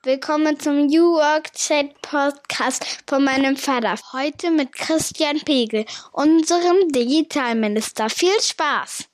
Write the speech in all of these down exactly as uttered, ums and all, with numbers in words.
Willkommen zum New Work Chat Podcast von meinem Vater. Heute mit Christian Pegel, unserem Digitalminister. Viel Spaß!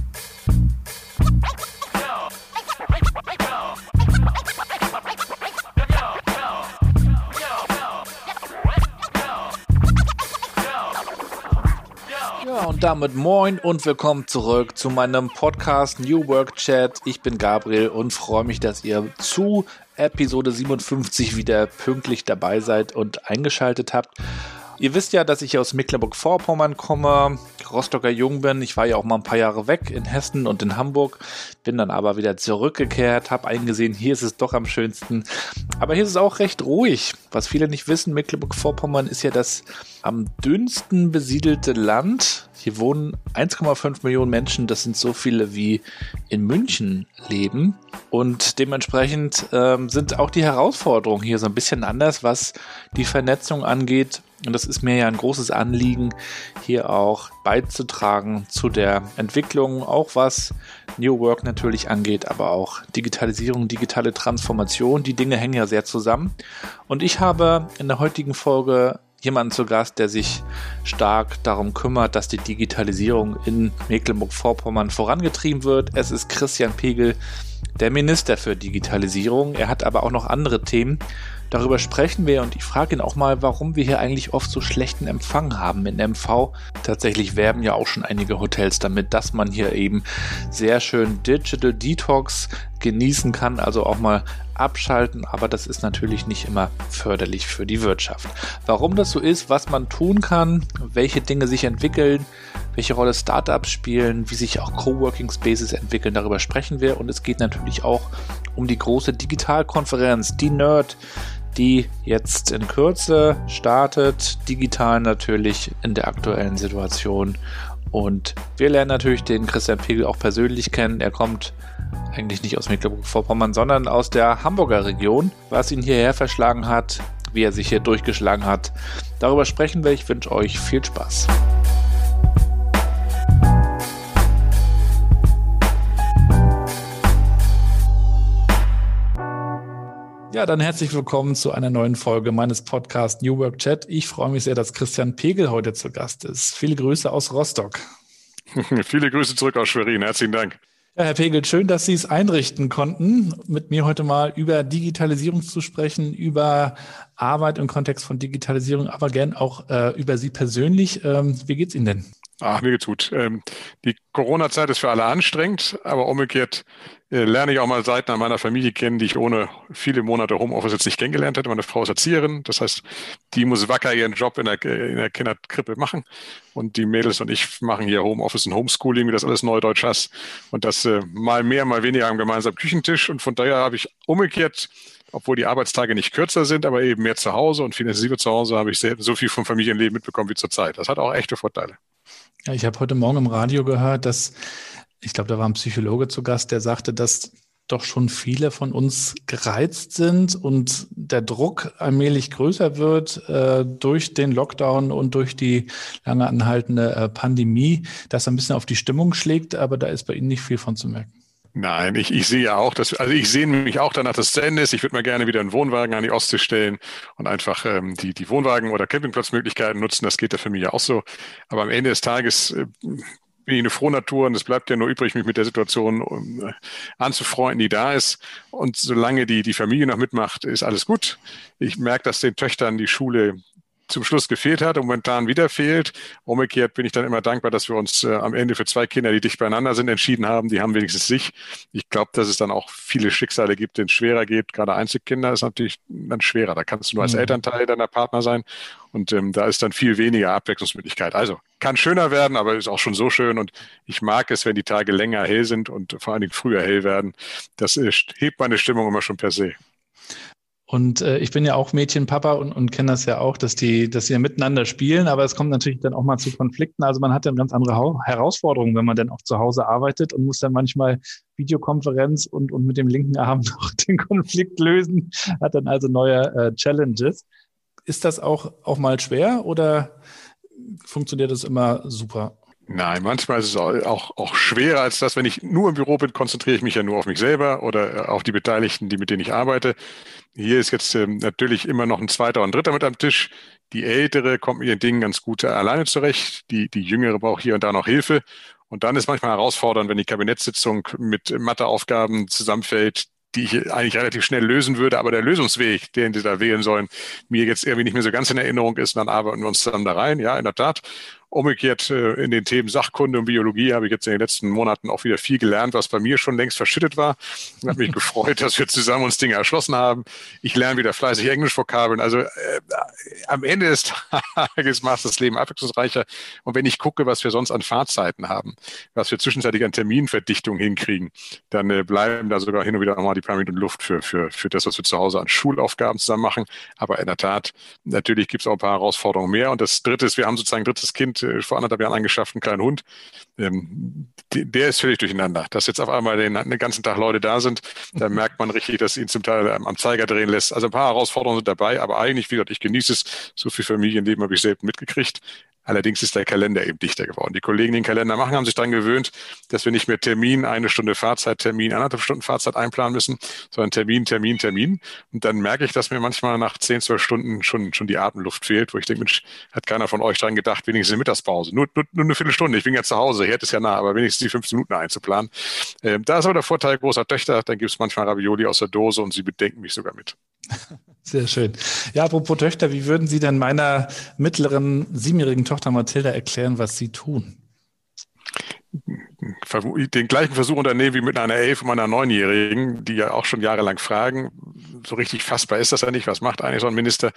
Ja, und damit moin und willkommen zurück zu meinem Podcast New Work Chat. Ich bin Gabriel und freue mich, dass ihr zu Episode siebenundfünfzig wieder pünktlich dabei seid und eingeschaltet habt. Ihr wisst ja, dass ich aus Mecklenburg-Vorpommern komme, Rostocker Jung bin. Ich war ja auch mal ein paar Jahre weg in Hessen und in Hamburg, bin dann aber wieder zurückgekehrt, habe eingesehen, hier ist es doch am schönsten. Aber hier ist es auch recht ruhig. Was viele nicht wissen, Mecklenburg-Vorpommern ist ja das am dünnsten besiedelte Land. Hier wohnen eins Komma fünf Millionen Menschen, das sind so viele wie in München leben. Und dementsprechend ähm, sind auch die Herausforderungen hier so ein bisschen anders, was die Vernetzung angeht. Und das ist mir ja ein großes Anliegen, hier auch beizutragen zu der Entwicklung, auch was New Work natürlich angeht, aber auch Digitalisierung, digitale Transformation. Die Dinge hängen ja sehr zusammen. Und ich habe in der heutigen Folge jemanden zu Gast, der sich stark darum kümmert, dass die Digitalisierung in Mecklenburg-Vorpommern vorangetrieben wird. Es ist Christian Pegel, der Minister für Digitalisierung. Er hat aber auch noch andere Themen. Darüber sprechen wir und ich frage ihn auch mal, warum wir hier eigentlich oft so schlechten Empfang haben in M V. Tatsächlich werben ja auch schon einige Hotels damit, dass man hier eben sehr schön Digital Detox genießen kann, also auch mal abschalten, aber das ist natürlich nicht immer förderlich für die Wirtschaft. Warum das so ist, was man tun kann, welche Dinge sich entwickeln, welche Rolle Startups spielen, wie sich auch Coworking Spaces entwickeln, darüber sprechen wir und es geht natürlich auch um die große Digitalkonferenz, die Nerd, die jetzt in Kürze startet, digital natürlich in der aktuellen Situation. Und wir lernen natürlich den Christian Pegel auch persönlich kennen. Er kommt eigentlich nicht aus Mecklenburg-Vorpommern, sondern aus der Hamburger Region. Was ihn hierher verschlagen hat, wie er sich hier durchgeschlagen hat, darüber sprechen wir. Ich wünsche euch viel Spaß. Ja, dann herzlich willkommen zu einer neuen Folge meines Podcasts New Work Chat. Ich freue mich sehr, dass Christian Pegel heute zu Gast ist. Viele Grüße aus Rostock. Viele Grüße zurück aus Schwerin. Herzlichen Dank. Ja, Herr Pegel, schön, dass Sie es einrichten konnten, mit mir heute mal über Digitalisierung zu sprechen, über Arbeit im Kontext von Digitalisierung, aber gern auch äh, über Sie persönlich. Ähm, wie geht's Ihnen denn? Ach, mir geht's gut. Ähm, die Corona-Zeit ist für alle anstrengend, aber umgekehrt äh, lerne ich auch mal Seiten an meiner Familie kennen, die ich ohne viele Monate Homeoffice jetzt nicht kennengelernt hätte. Meine Frau ist Erzieherin, das heißt, die muss wacker ihren Job in der, in der Kinderkrippe machen und die Mädels und ich machen hier Homeoffice und Homeschooling, wie das alles Neudeutsch heißt und das äh, mal mehr, mal weniger am gemeinsamen Küchentisch und von daher habe ich umgekehrt, obwohl die Arbeitstage nicht kürzer sind, aber eben mehr zu Hause und viel intensiver zu Hause, habe ich sehr, so viel vom Familienleben mitbekommen wie zurzeit. Das hat auch echte Vorteile. Ja, ich habe heute Morgen im Radio gehört, dass, ich glaube, da war ein Psychologe zu Gast, der sagte, dass doch schon viele von uns gereizt sind und der Druck allmählich größer wird äh, durch den Lockdown und durch die lange anhaltende äh, Pandemie, dass er ein bisschen auf die Stimmung schlägt, aber da ist bei Ihnen nicht viel von zu merken. Nein, ich, ich sehe ja auch, dass, also ich sehe mich auch danach, dass es zu Ende ist. Ich würde mal gerne wieder einen Wohnwagen an die Ostsee stellen und einfach ähm, die, die Wohnwagen- oder Campingplatzmöglichkeiten nutzen. Das geht ja für mich ja auch so. Aber am Ende des Tages äh, bin ich eine frohe Natur und es bleibt ja nur übrig, mich mit der Situation um, äh, anzufreunden, die da ist. Und solange die, die Familie noch mitmacht, ist alles gut. Ich merke, dass den Töchtern die Schule zum Schluss gefehlt hat und momentan wieder fehlt. Umgekehrt bin ich dann immer dankbar, dass wir uns äh, am Ende für zwei Kinder, die dicht beieinander sind, entschieden haben. Die haben wenigstens sich. Ich glaube, dass es dann auch viele Schicksale gibt, denen es schwerer geht. Gerade Einzelkinder ist natürlich dann schwerer. Da kannst du nur als mhm. Elternteil deiner Partner sein. Und ähm, da ist dann viel weniger Abwechslungsmöglichkeit. Also kann schöner werden, aber ist auch schon so schön. Und ich mag es, wenn die Tage länger hell sind und vor allen Dingen früher hell werden. Das äh, hebt meine Stimmung immer schon per se. Und äh, ich bin ja auch Mädchenpapa und, und kenne das ja auch, dass die, dass sie ja miteinander spielen, aber es kommt natürlich dann auch mal zu Konflikten. Also man hat dann ganz andere ha- Herausforderungen, wenn man dann auch zu Hause arbeitet und muss dann manchmal Videokonferenz und, und mit dem linken Arm noch den Konflikt lösen, hat dann also neue äh, Challenges. Ist das auch, auch mal schwer oder funktioniert das immer super? Nein, manchmal ist es auch, auch schwerer als das. Wenn ich nur im Büro bin, konzentriere ich mich ja nur auf mich selber oder auf die Beteiligten, die mit denen ich arbeite. Hier ist jetzt ähm, natürlich immer noch ein Zweiter und ein Dritter mit am Tisch. Die Ältere kommt mit ihren Dingen ganz gut alleine zurecht. Die, die Jüngere braucht hier und da noch Hilfe. Und dann ist manchmal herausfordernd, wenn die Kabinettssitzung mit Matheaufgaben zusammenfällt, die ich eigentlich relativ schnell lösen würde, aber der Lösungsweg, den sie da wählen sollen, mir jetzt irgendwie nicht mehr so ganz in Erinnerung ist, dann arbeiten wir uns dann da rein. Ja, in der Tat. Umgekehrt äh, in den Themen Sachkunde und Biologie habe ich jetzt in den letzten Monaten auch wieder viel gelernt, was bei mir schon längst verschüttet war. Ich habe mich gefreut, dass wir zusammen uns Dinge erschlossen haben. Ich lerne wieder fleißig Englischvokabeln. Also äh, am Ende des Tages macht das Leben abwechslungsreicher. Und wenn ich gucke, was wir sonst an Fahrzeiten haben, was wir zwischenzeitlich an Terminverdichtung hinkriegen, dann äh, bleiben da sogar hin und wieder nochmal die paar Minuten Luft für, für, für das, was wir zu Hause an Schulaufgaben zusammen machen. Aber in der Tat, natürlich gibt es auch ein paar Herausforderungen mehr. Und das Dritte ist, wir haben sozusagen ein drittes Kind vor anderthalb Jahren angeschafft, einen kleinen Hund. Ähm, der ist völlig durcheinander. Dass jetzt auf einmal den, den ganzen Tag Leute da sind, da merkt man richtig, dass ihn zum Teil am, am Zeiger drehen lässt. Also ein paar Herausforderungen sind dabei, aber eigentlich, wie gesagt, ich genieße es. So viel Familienleben habe ich selten mitgekriegt. Allerdings ist der Kalender eben dichter geworden. Die Kollegen, die den Kalender machen, haben sich daran gewöhnt, dass wir nicht mehr Termin, eine Stunde Fahrzeit, Termin, anderthalb Stunden Fahrzeit einplanen müssen, sondern Termin, Termin, Termin. Und dann merke ich, dass mir manchmal nach zehn, zwölf Stunden schon, schon die Atemluft fehlt, wo ich denke, Mensch, hat keiner von euch dran gedacht, wenigstens eine Mittagspause. Nur, nur, nur eine Viertelstunde. Ich bin ja zu Hause, Herd ist ja nah, aber wenigstens die fünfzehn Minuten einzuplanen. Ähm, da ist aber der Vorteil großer Töchter. Dann gibt es manchmal Ravioli aus der Dose und sie bedenken mich sogar mit. Sehr schön. Ja, apropos Töchter, wie würden Sie denn meiner mittleren siebenjährigen Tochter Mathilda erklären, was Sie tun? Den gleichen Versuch unternehmen wie mit einer elf- und einer neunjährigen, die ja auch schon jahrelang fragen. So richtig fassbar ist das ja nicht. Was macht eigentlich so ein Minister?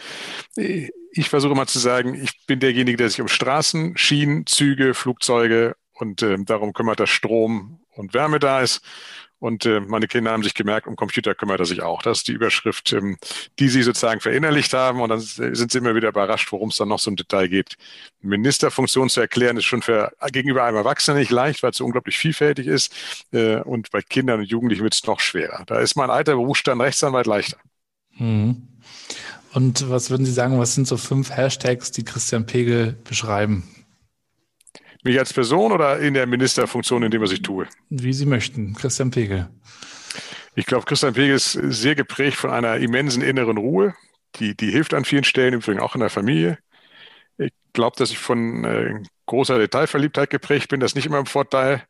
Ich versuche mal zu sagen, ich bin derjenige, der sich um Straßen, Schienen, Züge, Flugzeuge und äh, darum kümmert, dass Strom und Wärme da ist. Und äh, meine Kinder haben sich gemerkt, um Computer kümmert er sich auch. Das ist die Überschrift, ähm, die sie sozusagen verinnerlicht haben. Und dann sind sie immer wieder überrascht, worum es dann noch so im Detail geht. Ministerfunktion zu erklären, ist schon für gegenüber einem Erwachsenen nicht leicht, weil es so unglaublich vielfältig ist. Äh, und bei Kindern und Jugendlichen wird es noch schwerer. Da ist mein alter Berufsstand Rechtsanwalt leichter. Mhm. Und was würden Sie sagen, was sind so fünf Hashtags, die Christian Pegel beschreiben? Mich als Person oder in der Ministerfunktion, in dem was ich tue? Wie Sie möchten. Christian Pegel. Ich glaube, Christian Pegel ist sehr geprägt von einer immensen inneren Ruhe. Die, die hilft an vielen Stellen, im Übrigen auch in der Familie. Ich glaube, dass ich von äh, großer Detailverliebtheit geprägt bin. Das ist nicht immer ein Vorteil.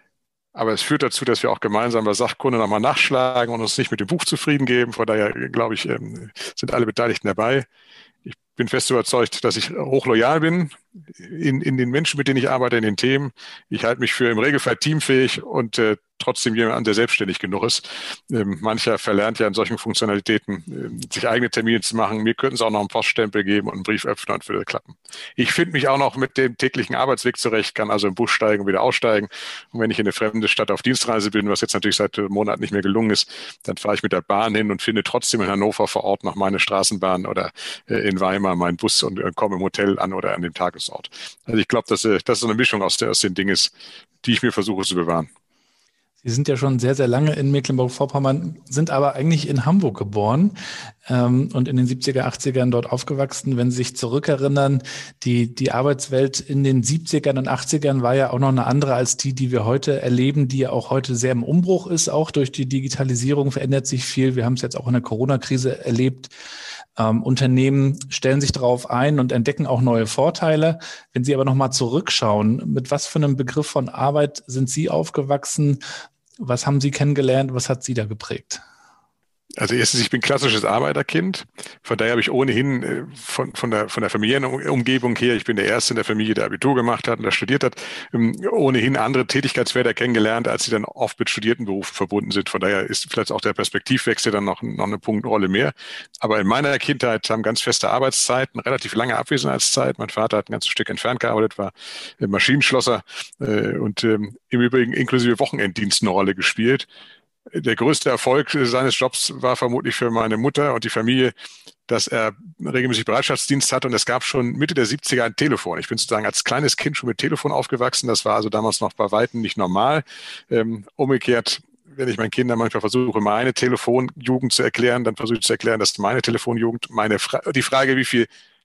Aber es führt dazu, dass wir auch gemeinsam bei Sachkunde nochmal nachschlagen und uns nicht mit dem Buch zufrieden geben. Von daher, glaube ich, ähm, sind alle Beteiligten dabei. Ich bin fest überzeugt, dass ich hochloyal bin in, in den Menschen, mit denen ich arbeite, in den Themen. Ich halte mich für im Regelfall teamfähig und äh, trotzdem jemand, der selbstständig genug ist. Ähm, mancher verlernt ja in solchen Funktionalitäten, äh, sich eigene Termine zu machen. Mir könnten sie auch noch einen Poststempel geben und einen Brieföffner und würde klappen. Ich finde mich auch noch mit dem täglichen Arbeitsweg zurecht, kann also im Bus steigen und wieder aussteigen. Und wenn ich in eine fremde Stadt auf Dienstreise bin, was jetzt natürlich seit Monaten nicht mehr gelungen ist, dann fahre ich mit der Bahn hin und finde trotzdem in Hannover vor Ort noch meine Straßenbahn oder äh, in Weimar meinen Bus und äh, komme im Hotel an oder an dem Tagesort. Also ich glaube, dass äh, das so eine Mischung aus, der, aus den Dingen ist, die ich mir versuche zu bewahren. Sie sind ja schon sehr, sehr lange in Mecklenburg-Vorpommern, sind aber eigentlich in Hamburg geboren ähm, und in den siebziger, achtzigern dort aufgewachsen. Wenn Sie sich zurückerinnern, die, die Arbeitswelt in den siebzigern und achtzigern war ja auch noch eine andere als die, die wir heute erleben, die ja auch heute sehr im Umbruch ist. Auch durch die Digitalisierung verändert sich viel. Wir haben es jetzt auch in der Corona-Krise erlebt. Ähm, Unternehmen stellen sich darauf ein und entdecken auch neue Vorteile. Wenn Sie aber nochmal zurückschauen, mit was für einem Begriff von Arbeit sind Sie aufgewachsen? Was haben Sie kennengelernt? Was hat Sie da geprägt? Also erstens, ich bin klassisches Arbeiterkind. Von daher habe ich ohnehin äh, von, von, der, von der familiären Umgebung her, ich bin der Erste in der Familie, der Abitur gemacht hat und der studiert hat, ähm, ohnehin andere Tätigkeitsfelder kennengelernt, als sie dann oft mit studierten Berufen verbunden sind. Von daher ist vielleicht auch der Perspektivwechsel dann noch, noch eine Punktrolle mehr. Aber in meiner Kindheit haben ganz feste Arbeitszeiten, relativ lange Abwesenheitszeit. Mein Vater hat ein ganzes Stück entfernt gearbeitet, war äh, Maschinenschlosser äh, und ähm, im Übrigen inklusive Wochenenddienst eine Rolle gespielt. Der größte Erfolg seines Jobs war vermutlich für meine Mutter und die Familie, dass er regelmäßig Bereitschaftsdienst hatte und es gab schon Mitte der siebziger ein Telefon. Ich bin sozusagen als kleines Kind schon mit Telefon aufgewachsen. Das war also damals noch bei Weitem nicht normal. Ähm, umgekehrt, wenn ich meinen Kindern manchmal versuche, meine Telefonjugend zu erklären, dann versuche ich zu erklären, dass meine Telefonjugend, meine Fra- die Frage, wie viel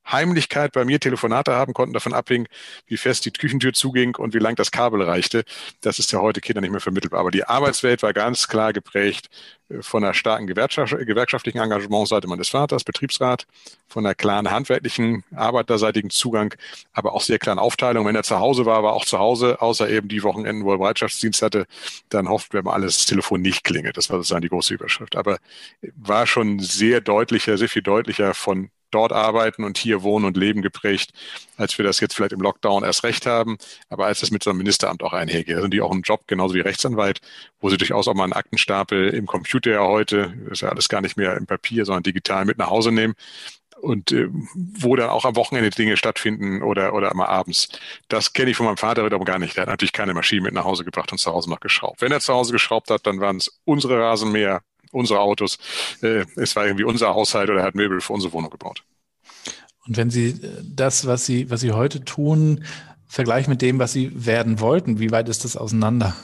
Heimlichkeit bei mir Telefonate haben konnten, davon abhing, wie fest die Küchentür zuging und wie lang das Kabel reichte. Das ist ja heute Kindern nicht mehr vermittelbar. Aber die Arbeitswelt war ganz klar geprägt von einer starken Gewerkschaft, gewerkschaftlichen Engagementseite meines Vaters, Betriebsrat, von einer klaren handwerklichen, arbeiterseitigen Zugang, aber auch sehr klaren Aufteilung. Wenn er zu Hause war, war auch zu Hause, außer eben die Wochenenden, wo er Bereitschaftsdienst hatte, dann hofft, wenn man alles, das Telefon nicht klingelt. Das war sozusagen die große Überschrift. Aber war schon sehr deutlicher, sehr viel deutlicher von dort arbeiten und hier wohnen und leben geprägt, als wir das jetzt vielleicht im Lockdown erst recht haben, aber als das mit so einem Ministeramt auch einhergeht. Da sind die auch einen Job, genauso wie Rechtsanwalt, wo sie durchaus auch mal einen Aktenstapel im Computer ja heute, ist ja alles gar nicht mehr im Papier, sondern digital mit nach Hause nehmen und äh, wo dann auch am Wochenende Dinge stattfinden oder oder immer abends. Das kenne ich von meinem Vater wiederum gar nicht. Der hat natürlich keine Maschine mit nach Hause gebracht und zu Hause noch geschraubt. Wenn er zu Hause geschraubt hat, dann waren es unsere Rasenmäher, unsere Autos. Äh, es war irgendwie unser Haushalt oder er hat Möbel für unsere Wohnung gebaut. Und wenn Sie das, was Sie, was Sie heute tun, vergleichen mit dem, was Sie werden wollten, wie weit ist das auseinander?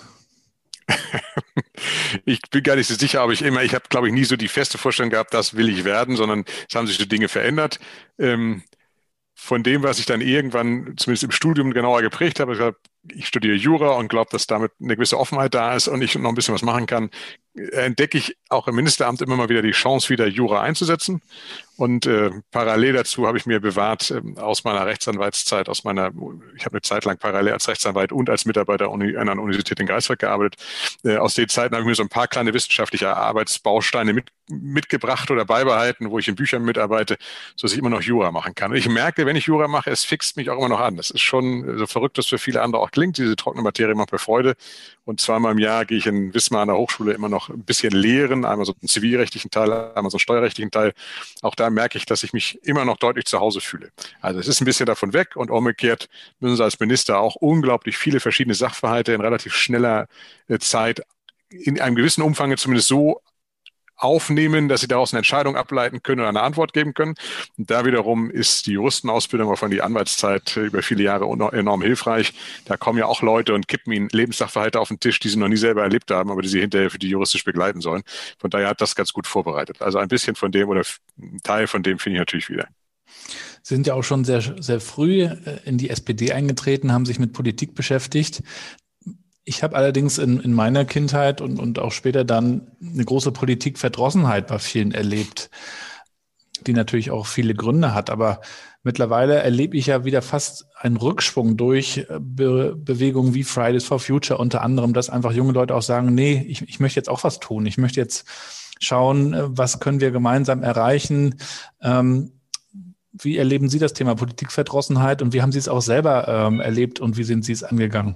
Ich bin gar nicht so sicher, aber ich immer, ich habe, glaube ich, nie so die feste Vorstellung gehabt, das will ich werden, sondern es haben sich so Dinge verändert. Ähm, von dem, was ich dann irgendwann, zumindest im Studium, genauer geprägt habe, ich, glaub, ich studiere Jura und glaube, dass damit eine gewisse Offenheit da ist und ich noch ein bisschen was machen kann, entdecke ich auch im Ministeramt immer mal wieder die Chance, wieder Jura einzusetzen. Und äh, parallel dazu habe ich mir bewahrt, äh, aus meiner Rechtsanwaltszeit, aus meiner, ich habe eine Zeit lang parallel als Rechtsanwalt und als Mitarbeiter an einer Universität in Greifswald gearbeitet. Äh, aus den Zeiten habe ich mir so ein paar kleine wissenschaftliche Arbeitsbausteine mit, mitgebracht oder beibehalten, wo ich in Büchern mitarbeite, sodass ich immer noch Jura machen kann. Und ich merke, wenn ich Jura mache, es fixt mich auch immer noch an. Das ist schon so verrückt, dass für viele andere auch klingt. Diese trockene Materie macht mir Freude. Und zweimal im Jahr gehe ich in Wismar an der Hochschule immer noch ein bisschen lehren, einmal so einen zivilrechtlichen Teil, einmal so einen steuerrechtlichen Teil. Auch da merke ich, dass ich mich immer noch deutlich zu Hause fühle. Also es ist ein bisschen davon weg und umgekehrt müssen Sie als Minister auch unglaublich viele verschiedene Sachverhalte in relativ schneller Zeit in einem gewissen Umfang zumindest so aufnehmen, dass sie daraus eine Entscheidung ableiten können oder eine Antwort geben können. Und da wiederum ist die Juristenausbildung, auch von die Anwaltszeit über viele Jahre enorm hilfreich. Da kommen ja auch Leute und kippen ihnen Lebenssachverhalte auf den Tisch, die sie noch nie selber erlebt haben, aber die sie hinterher für die juristisch begleiten sollen. Von daher hat das ganz gut vorbereitet. Also ein bisschen von dem oder ein Teil von dem finde ich natürlich wieder. Sie sind ja auch schon sehr, sehr früh in die S P D eingetreten, haben sich mit Politik beschäftigt. Ich habe allerdings in, in meiner Kindheit und, und auch später dann eine große Politikverdrossenheit bei vielen erlebt, die natürlich auch viele Gründe hat. Aber mittlerweile erlebe ich ja wieder fast einen Rückschwung durch Be- Bewegungen wie Fridays for Future unter anderem, dass einfach junge Leute auch sagen, nee, ich, ich möchte jetzt auch was tun. Ich möchte jetzt schauen, was können wir gemeinsam erreichen. Ähm, wie erleben Sie das Thema Politikverdrossenheit und wie haben Sie es auch selber ähm, erlebt und wie sind Sie es angegangen?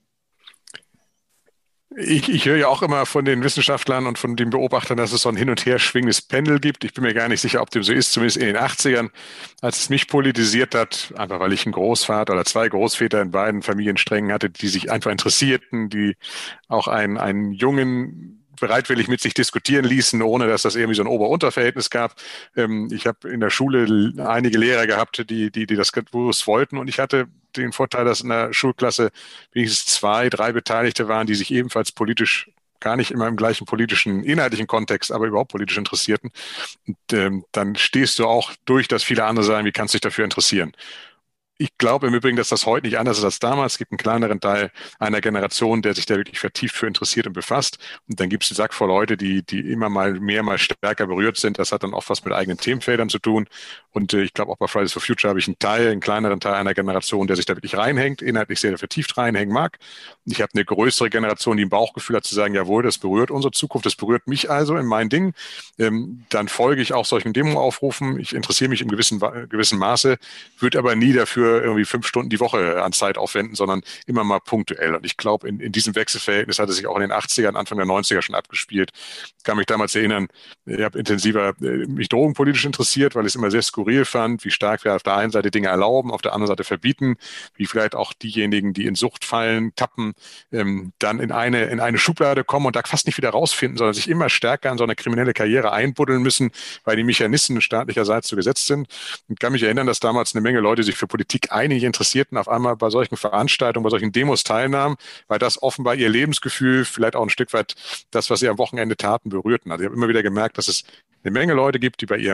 Ich, ich höre ja auch immer von den Wissenschaftlern und von den Beobachtern, dass es so ein hin und her schwingendes Pendel gibt. Ich bin mir gar nicht sicher, ob dem so ist, zumindest in den achtzigern, als es mich politisiert hat, einfach weil ich einen Großvater oder zwei Großväter in beiden Familiensträngen hatte, die sich einfach interessierten, die auch einen, einen jungen bereitwillig mit sich diskutieren ließen, ohne dass das irgendwie so ein Ober-Unter-Verhältnis gab. Ich habe in der Schule einige Lehrer gehabt, die, die, die das bewusst wollten und ich hatte den Vorteil, dass in der Schulklasse wenigstens zwei, drei Beteiligte waren, die sich ebenfalls politisch, gar nicht immer im gleichen politischen, inhaltlichen Kontext, aber überhaupt politisch interessierten. Und ähm, dann stehst du auch durch, dass viele andere sagen, wie kannst du dich dafür interessieren? Ich glaube im Übrigen, dass das heute nicht anders ist als damals. Es gibt einen kleineren Teil einer Generation, der sich da wirklich vertieft für interessiert und befasst. Und dann gibt es einen Sack voll Leute, die, die immer mal mehr, mal stärker berührt sind. Das hat dann oft was mit eigenen Themenfeldern zu tun. Und äh, ich glaube, auch bei Fridays for Future habe ich einen Teil, einen kleineren Teil einer Generation, der sich da wirklich reinhängt, inhaltlich sehr vertieft reinhängen mag. Und ich habe eine größere Generation, die ein Bauchgefühl hat, zu sagen, jawohl, das berührt unsere Zukunft, das berührt mich also in mein Ding. Ähm, dann folge ich auch solchen Demo-Aufrufen. Ich interessiere mich im gewissen, gewissen Maße, würde aber nie dafür irgendwie fünf Stunden die Woche an Zeit aufwenden, sondern immer mal punktuell. Und ich glaube, in, in diesem Wechselverhältnis hat es sich auch in den achtzigern, Anfang der neunziger schon abgespielt. Ich kann mich damals erinnern, ich habe intensiver mich drogenpolitisch interessiert, weil ich es immer sehr skurril fand, wie stark wir auf der einen Seite Dinge erlauben, auf der anderen Seite verbieten, wie vielleicht auch diejenigen, die in Sucht fallen, tappen, ähm, dann in eine, in eine Schublade kommen und da fast nicht wieder rausfinden, sondern sich immer stärker in so eine kriminelle Karriere einbuddeln müssen, weil die Mechanismen staatlicherseits so gesetzt sind. Ich kann mich erinnern, dass damals eine Menge Leute sich für Politik einige Interessierten auf einmal bei solchen Veranstaltungen, bei solchen Demos teilnahmen, weil das offenbar ihr Lebensgefühl, vielleicht auch ein Stück weit das, was sie am Wochenende taten, berührten. Also ich habe immer wieder gemerkt, dass es eine Menge Leute gibt, die bei ihrem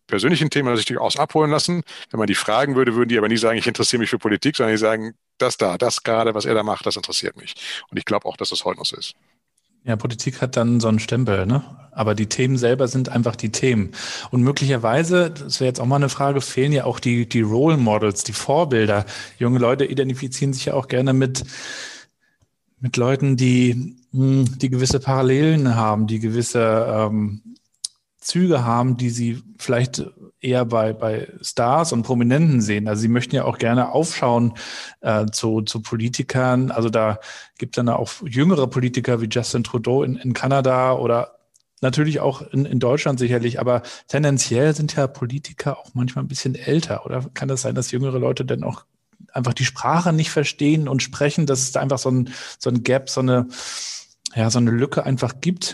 persönlichen Themen sich durchaus abholen lassen. Wenn man die fragen würde, würden die aber nie sagen, ich interessiere mich für Politik, sondern die sagen, das da, das gerade, was er da macht, das interessiert mich. Und ich glaube auch, dass das heute noch so ist. Ja, Politik hat dann so einen Stempel, ne? Aber die Themen selber sind einfach die Themen. Und möglicherweise, das wäre jetzt auch mal eine Frage, fehlen ja auch die, die Role Models, die Vorbilder. Junge Leute identifizieren sich ja auch gerne mit, mit Leuten, die, die gewisse Parallelen haben, die gewisse ähm, Züge haben, die sie vielleicht eher bei, bei Stars und Prominenten sehen. Also sie möchten ja auch gerne aufschauen äh, zu, zu Politikern. Also da gibt es dann auch jüngere Politiker wie Justin Trudeau in, in Kanada oder natürlich auch in, in Deutschland sicherlich. Aber tendenziell sind ja Politiker auch manchmal ein bisschen älter. Oder kann das sein, dass jüngere Leute dann auch einfach die Sprache nicht verstehen und sprechen, dass es da einfach so ein, so ein Gap, so eine, ja, so eine Lücke einfach gibt?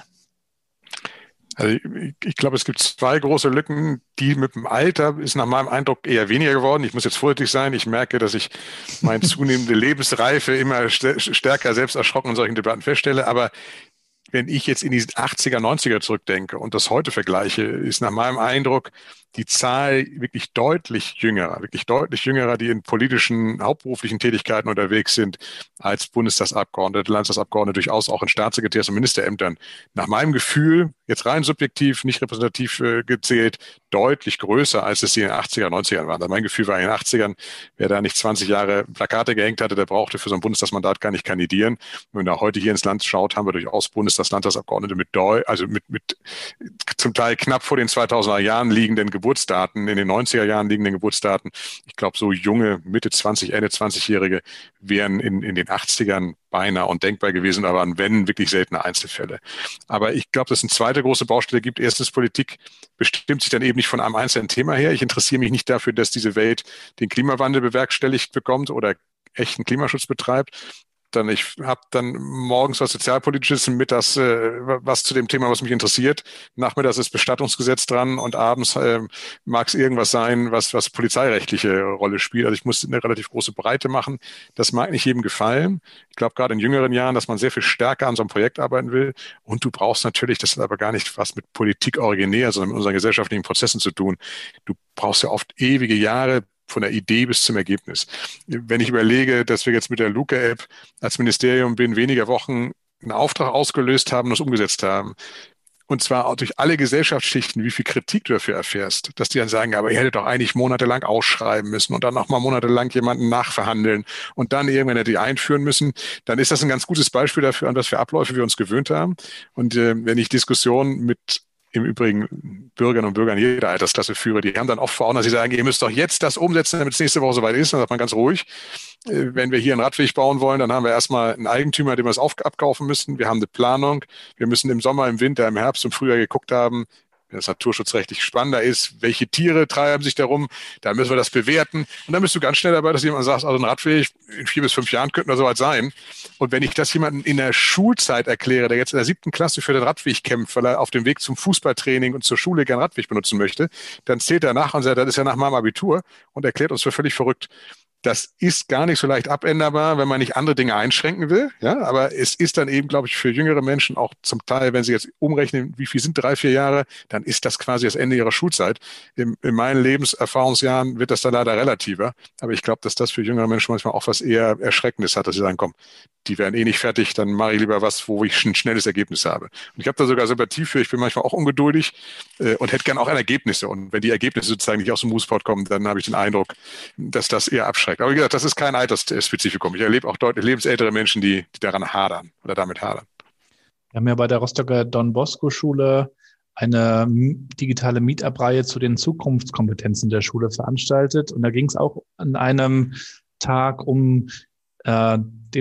Also ich, ich glaube, es gibt zwei große Lücken, die mit dem Alter ist nach meinem Eindruck eher weniger geworden. Ich muss jetzt vorsichtig sein. Ich merke, dass ich meine zunehmende Lebensreife immer st- stärker selbst erschrocken in solchen Debatten feststelle. Aber wenn ich jetzt in die achtziger, neunziger zurückdenke und das heute vergleiche, ist nach meinem Eindruck die Zahl wirklich deutlich jüngerer, wirklich deutlich jüngerer, die in politischen, hauptberuflichen Tätigkeiten unterwegs sind, als Bundestagsabgeordnete, Landtagsabgeordnete, durchaus auch in Staatssekretärs- und Ministerämtern. Nach meinem Gefühl, jetzt rein subjektiv, nicht repräsentativ äh, gezählt, deutlich größer, als es sie in den achtziger, neunzigern waren. Also mein Gefühl war in den achtzigern, wer da nicht zwanzig Jahre Plakate gehängt hatte, der brauchte für so ein Bundestagsmandat gar nicht kandidieren. Wenn man heute hier ins Land schaut, haben wir durchaus Bundestags-, Landtagsabgeordnete mit, Deu- also mit, mit zum Teil knapp vor den zweitausender Jahren liegenden Geburtsdaten, in den neunziger Jahren liegenden Geburtsdaten. Ich glaube, so junge, Mitte zwanzig, Ende zwanzig-Jährige wären in, in den achtzigern beinahe undenkbar gewesen, aber wenn, wirklich seltene Einzelfälle. Aber ich glaube, dass es eine zweite große Baustelle gibt. Erstens, Politik bestimmt sich dann eben nicht von einem einzelnen Thema her. Ich interessiere mich nicht dafür, dass diese Welt den Klimawandel bewerkstelligt bekommt oder echten Klimaschutz betreibt. Dann ich habe dann morgens was Sozialpolitisches, mittags äh, was zu dem Thema, was mich interessiert. Nachmittags ist Bestattungsgesetz dran und abends äh, mag es irgendwas sein, was was polizeirechtliche Rolle spielt. Also ich muss eine relativ große Breite machen. Das mag nicht jedem gefallen. Ich glaube gerade in jüngeren Jahren, dass man sehr viel stärker an so einem Projekt arbeiten will. Und du brauchst natürlich, das hat aber gar nicht was mit Politik originär, sondern mit unseren gesellschaftlichen Prozessen zu tun. Du brauchst ja oft ewige Jahre, von der Idee bis zum Ergebnis. Wenn ich überlege, dass wir jetzt mit der Luca-App als Ministerium binnen weniger Wochen einen Auftrag ausgelöst haben und es umgesetzt haben, und zwar auch durch alle Gesellschaftsschichten, wie viel Kritik du dafür erfährst, dass die dann sagen, aber ihr hättet doch eigentlich monatelang ausschreiben müssen und dann nochmal monatelang jemanden nachverhandeln und dann irgendwann hätte die einführen müssen, dann ist das ein ganz gutes Beispiel dafür, an was für Abläufe wir uns gewöhnt haben. Und äh, wenn ich Diskussionen mit im Übrigen Bürgerinnen und Bürgern jeder Altersklasse führe, die haben dann oft vor Augen, dass sie sagen, ihr müsst doch jetzt das umsetzen, damit es nächste Woche soweit ist. Dann sagt man ganz ruhig, wenn wir hier einen Radweg bauen wollen, dann haben wir erstmal einen Eigentümer, dem wir es auf, abkaufen müssen. Wir haben eine Planung. Wir müssen im Sommer, im Winter, im Herbst, im Frühjahr geguckt haben, wenn das naturschutzrechtlich spannender ist, welche Tiere treiben sich darum, da müssen wir das bewerten. Und dann bist du ganz schnell dabei, dass jemand sagt, also ein Radweg in vier bis fünf Jahren könnte er soweit sein. Und wenn ich das jemandem in der Schulzeit erkläre, der jetzt in der siebten Klasse für den Radweg kämpft, weil er auf dem Weg zum Fußballtraining und zur Schule gern Radweg benutzen möchte, dann zählt er nach und sagt, das ist ja nach meinem Abitur und erklärt uns für völlig verrückt. Das ist gar nicht so leicht abänderbar, wenn man nicht andere Dinge einschränken will. Ja, aber es ist dann eben, glaube ich, für jüngere Menschen auch zum Teil, wenn sie jetzt umrechnen, wie viel sind drei, vier Jahre, dann ist das quasi das Ende ihrer Schulzeit. In, in meinen Lebenserfahrungsjahren wird das dann leider relativer. Aber ich glaube, dass das für jüngere Menschen manchmal auch was eher Erschreckendes hat, dass sie sagen, komm, die werden eh nicht fertig, dann mache ich lieber was, wo ich ein schnelles Ergebnis habe. Und ich habe da sogar Sympathie für, ich bin manchmal auch ungeduldig äh, und hätte gern auch Ergebnisse. Und wenn die Ergebnisse sozusagen nicht aus dem Moosepot kommen, dann habe ich den Eindruck, dass das eher abschreckt. Aber wie gesagt, das ist kein Altersspezifikum. Ich erlebe auch deutlich lebensältere Menschen, die, die daran hadern oder damit hadern. Wir haben ja bei der Rostocker Don Bosco Schule eine digitale Meetup-Reihe zu den Zukunftskompetenzen der Schule veranstaltet. Und da ging es auch an einem Tag um äh,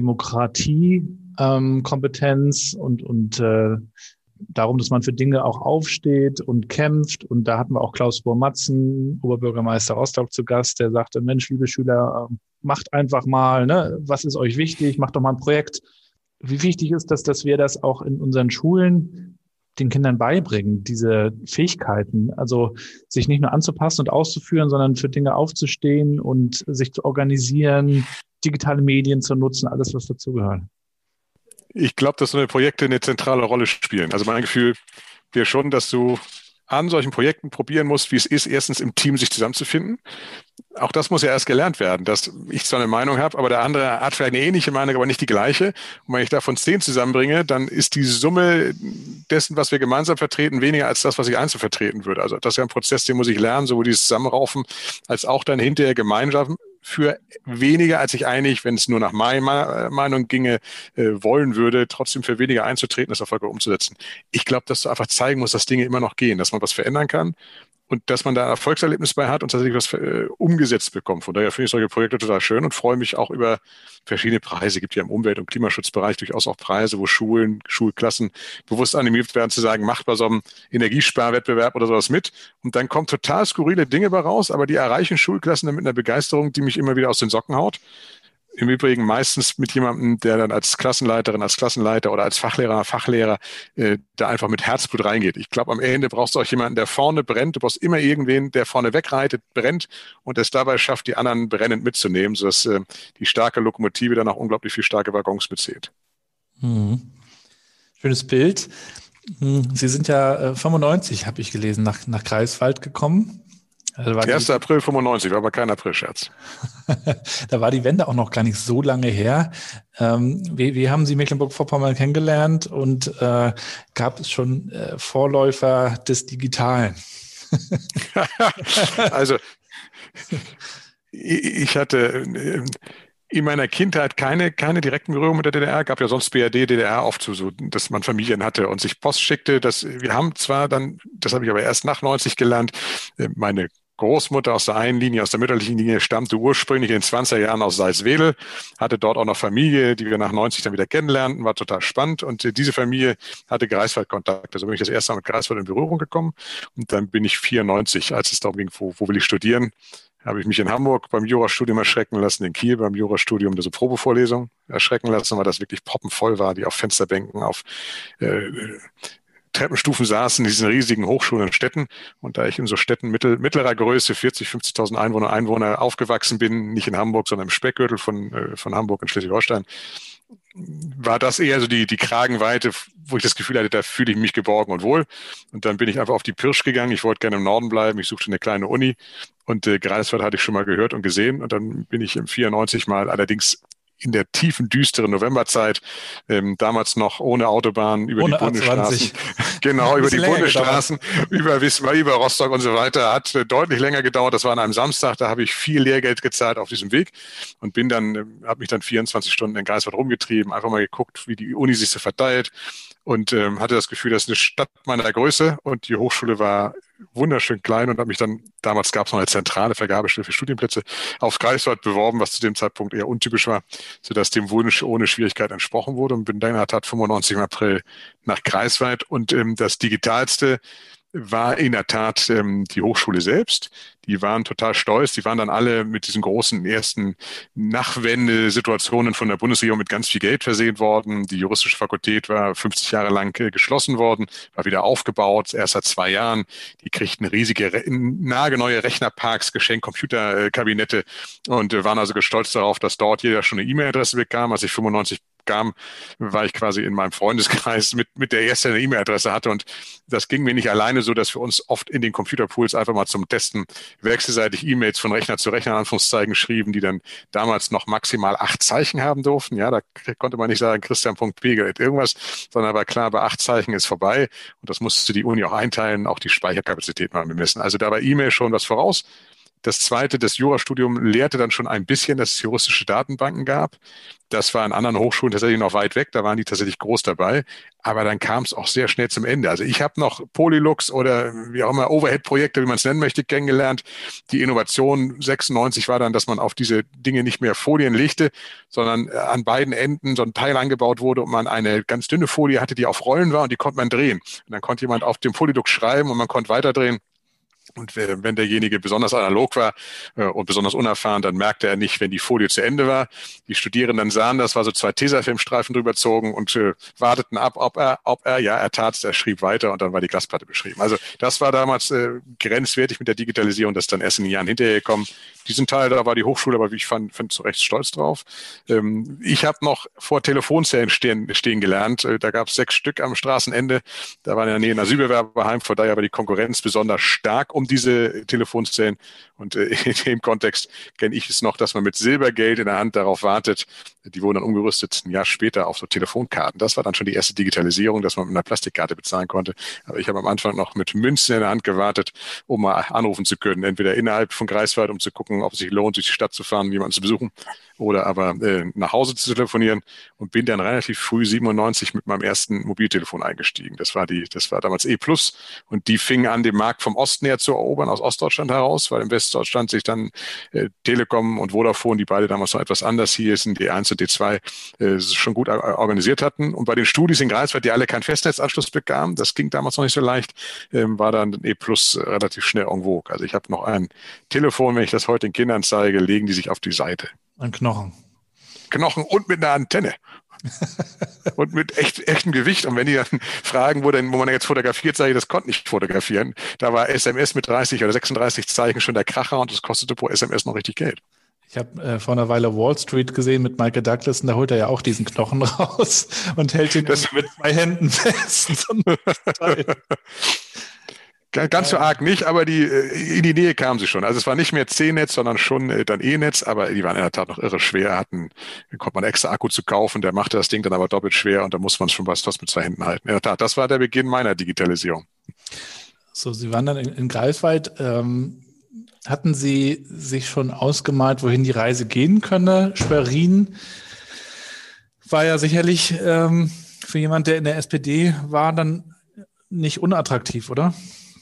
Demokratiekompetenz ähm, und, und äh, darum, dass man für Dinge auch aufsteht und kämpft. Und da hatten wir auch Klaus Bohr-Matzen, Oberbürgermeister Rostock, zu Gast, der sagte, Mensch, liebe Schüler, macht einfach mal, ne, was ist euch wichtig, macht doch mal ein Projekt. Wie wichtig ist das, dass wir das auch in unseren Schulen den Kindern beibringen, diese Fähigkeiten, also sich nicht nur anzupassen und auszuführen, sondern für Dinge aufzustehen und sich zu organisieren, digitale Medien zu nutzen, alles, was dazugehört. Ich glaube, dass so eine Projekte eine zentrale Rolle spielen. Also mein Gefühl wäre schon, dass du an solchen Projekten probieren muss, wie es ist, erstens im Team sich zusammenzufinden. Auch das muss ja erst gelernt werden, dass ich zwar eine Meinung habe, aber der andere hat vielleicht eine ähnliche Meinung, aber nicht die gleiche. Und wenn ich davon zehn zusammenbringe, dann ist die Summe dessen, was wir gemeinsam vertreten, weniger als das, was ich einzeln vertreten würde. Also das ist ja ein Prozess, den muss ich lernen, sowohl dieses Zusammenraufen, als auch dann hinterher gemeinsam für weniger, als ich eigentlich, wenn es nur nach meiner Meinung ginge, äh, wollen würde, trotzdem für weniger einzutreten, das erfolgreich umzusetzen. Ich glaube, dass du einfach zeigen musst, dass Dinge immer noch gehen, dass man was verändern kann und dass man da ein Erfolgserlebnis bei hat und tatsächlich was äh, umgesetzt bekommt. Von daher finde ich solche Projekte total schön und freue mich auch über verschiedene Preise. Es gibt ja im Umwelt- und Klimaschutzbereich durchaus auch Preise, wo Schulen, Schulklassen bewusst animiert werden zu sagen, macht bei so einem Energiesparwettbewerb oder sowas mit. Und dann kommen total skurrile Dinge bei raus, aber die erreichen Schulklassen dann mit einer Begeisterung, die mich immer wieder aus den Socken haut. Im Übrigen meistens mit jemandem, der dann als Klassenleiterin, als Klassenleiter oder als Fachlehrer, Fachlehrer äh, da einfach mit Herzblut reingeht. Ich glaube, am Ende brauchst du auch jemanden, der vorne brennt. Du brauchst immer irgendwen, der vorne wegreitet, brennt und es dabei schafft, die anderen brennend mitzunehmen, sodass äh, die starke Lokomotive dann auch unglaublich viel starke Waggons mitzählt. Hm. Schönes Bild. Sie sind ja äh, fünfundneunzig, habe ich gelesen, nach, nach Greifswald gekommen. Also erster April fünfundneunzig, war aber kein Aprilscherz. Da war die Wende auch noch gar nicht so lange her. Ähm, wie, wie haben Sie Mecklenburg-Vorpommern kennengelernt und äh, gab es schon äh, Vorläufer des Digitalen? Also ich hatte in meiner Kindheit keine, keine direkten Berührungen mit der D D R. Gab ja sonst B R D, D D R oft so, dass man Familien hatte und sich Post schickte. Das, wir haben zwar dann, das habe ich aber erst nach neunzig gelernt, meine Großmutter aus der einen Linie, aus der mütterlichen Linie, stammte ursprünglich in den zwanziger Jahren aus Salzwedel, hatte dort auch noch Familie, die wir nach neunzig dann wieder kennenlernten, war total spannend und diese Familie hatte Greifswald-Kontakt. Also bin ich das erste Mal mit Greifswald in Berührung gekommen und dann bin ich vierundneunzig, als es darum ging, wo, wo will ich studieren, habe ich mich in Hamburg beim Jurastudium erschrecken lassen, in Kiel beim Jurastudium diese Probevorlesung erschrecken lassen, weil das wirklich poppenvoll war, die auf Fensterbänken, auf äh, Treppenstufen saßen in diesen riesigen Hochschulen und Städten. Und da ich in so Städten mittel, mittlerer Größe, vierzig, fünfzigtausend Einwohner, Einwohner aufgewachsen bin, nicht in Hamburg, sondern im Speckgürtel von, äh, von Hamburg in Schleswig-Holstein, war das eher so die, die Kragenweite, wo ich das Gefühl hatte, da fühle ich mich geborgen und wohl. Und dann bin ich einfach auf die Pirsch gegangen. Ich wollte gerne im Norden bleiben. Ich suchte eine kleine Uni. Und äh, Greifswald hatte ich schon mal gehört und gesehen. Und dann bin ich im vierundneunzig mal allerdings in der tiefen, düsteren Novemberzeit, ähm, damals noch ohne Autobahn, über ohne die Bundesstraßen. Genau, über die Bundesstraßen, über Wismar, über Rostock und so weiter, hat äh, deutlich länger gedauert. Das war an einem Samstag, da habe ich viel Lehrgeld gezahlt auf diesem Weg und bin dann, äh, habe mich dann vierundzwanzig Stunden in Greifswald rumgetrieben, einfach mal geguckt, wie die Uni sich so verteilt und ähm, hatte das Gefühl, das ist eine Stadt meiner Größe und die Hochschule war wunderschön klein und habe mich dann, damals gab es noch eine zentrale Vergabestelle für Studienplätze, auf Greifswald beworben, was zu dem Zeitpunkt eher untypisch war, sodass dem Wunsch ohne Schwierigkeit entsprochen wurde und bin dann in der Tat fünfundneunzig im April nach Greifswald und ähm, das Digitalste war in der Tat ähm, die Hochschule selbst. Die waren total stolz. Die waren dann alle mit diesen großen ersten Nachwendesituationen von der Bundesregierung mit ganz viel Geld versehen worden. Die juristische Fakultät war fünfzig Jahre lang äh, geschlossen worden, war wieder aufgebaut, erst seit zwei Jahren. Die kriegten riesige, re- nagelneue Rechnerparks, geschenkt Computerkabinette und äh, waren also stolz darauf, dass dort jeder schon eine E-Mail-Adresse bekam. Als ich fünfundneunzig kam, war ich quasi in meinem Freundeskreis mit, mit der ersten eine E-Mail-Adresse hatte und das ging mir nicht alleine so, dass wir uns oft in den Computerpools einfach mal zum Testen wechselseitig E-Mails von Rechner zu Rechner in Anführungszeichen schrieben, die dann damals noch maximal acht Zeichen haben durften. Ja, da konnte man nicht sagen, Christian.pegel irgendwas, sondern war klar, bei acht Zeichen ist vorbei und das musste die Uni auch einteilen, auch die Speicherkapazität mal bemessen. Also da war E-Mail schon was voraus. Das zweite, das Jurastudium lehrte dann schon ein bisschen, dass es juristische Datenbanken gab. Das war an anderen Hochschulen tatsächlich noch weit weg, da waren die tatsächlich groß dabei. Aber dann kam es auch sehr schnell zum Ende. Also ich habe noch Polylux oder wie auch immer Overhead-Projekte, wie man es nennen möchte, kennengelernt. Die Innovation sechsundneunzig war dann, dass man auf diese Dinge nicht mehr Folien legte, sondern an beiden Enden so ein Teil angebaut wurde und man eine ganz dünne Folie hatte, die auf Rollen war und die konnte man drehen. Und dann konnte jemand auf dem Polylux schreiben und man konnte weiterdrehen. Und wenn derjenige besonders analog war und besonders unerfahren, dann merkte er nicht, wenn die Folie zu Ende war. Die Studierenden sahen das, war so zwei Tesafilmstreifen drüber gezogen und äh, warteten ab, ob er, ob er, ja, er tat's, er schrieb weiter und dann war die Glasplatte beschrieben. Also das war damals äh, grenzwertig mit der Digitalisierung, das ist dann erst in den Jahren hinterher gekommen. Diesen Teil, da war die Hochschule, aber wie ich fand, fand zu Recht stolz drauf. Ähm, ich habe noch vor Telefonzellen stehen, stehen gelernt. Äh, da gab es sechs Stück am Straßenende. Da waren in der Nähe ein Asylbewerberheim, von daher war die Konkurrenz besonders stark um diese Telefonzellen. Und äh, in dem Kontext kenne ich es noch, dass man mit Silbergeld in der Hand darauf wartet. Die wurden dann umgerüstet ein Jahr später auf so Telefonkarten. Das war dann schon die erste Digitalisierung, dass man mit einer Plastikkarte bezahlen konnte. Aber ich habe am Anfang noch mit Münzen in der Hand gewartet, um mal anrufen zu können. Entweder innerhalb von Greifswald, um zu gucken, ob es sich lohnt, durch die Stadt zu fahren, jemanden zu besuchen, oder aber äh, nach Hause zu telefonieren, und bin dann relativ früh siebenundneunzig mit meinem ersten Mobiltelefon eingestiegen. Das war die, das war damals E plus, und die fing an, den Markt vom Osten her zu erobern, aus Ostdeutschland heraus, weil im Westdeutschland sich dann äh, Telekom und Vodafone, die beide damals noch etwas anders hießen, D eins und D zwei, äh, schon gut organisiert hatten. Und bei den Studis in Greifswald, die alle keinen Festnetzanschluss bekamen, das ging damals noch nicht so leicht, äh, war dann E plus äh, relativ schnell en vogue. Also ich habe noch ein Telefon, wenn ich das heute den Kindern zeige, legen die sich auf die Seite. Ein Knochen. Knochen und mit einer Antenne. Und mit echt, echtem Gewicht. Und wenn die dann fragen, wo, denn, wo man jetzt fotografiert, sage ich, das konnte nicht fotografieren. Da war S M S mit dreißig oder sechsunddreißig Zeichen schon der Kracher, und das kostete pro S M S noch richtig Geld. Ich habe äh, vor einer Weile Wall Street gesehen mit Michael Douglas, und da holt er ja auch diesen Knochen raus und hält ihn das mit zwei Händen fest. Ganz so arg nicht, aber die in die Nähe kamen sie schon. Also es war nicht mehr C-Netz, sondern schon äh, dann E-Netz, aber die waren in der Tat noch irre schwer, hatten, konnte man extra Akku zu kaufen, der machte das Ding dann aber doppelt schwer, und da muss man schon was, was mit zwei Händen halten. In der Tat, das war der Beginn meiner Digitalisierung. So, Sie waren dann in, in Greifswald. Ähm, hatten Sie sich schon ausgemalt, wohin die Reise gehen könne? Schwerin war ja sicherlich ähm, für jemand, der in der S P D war, dann nicht unattraktiv, oder?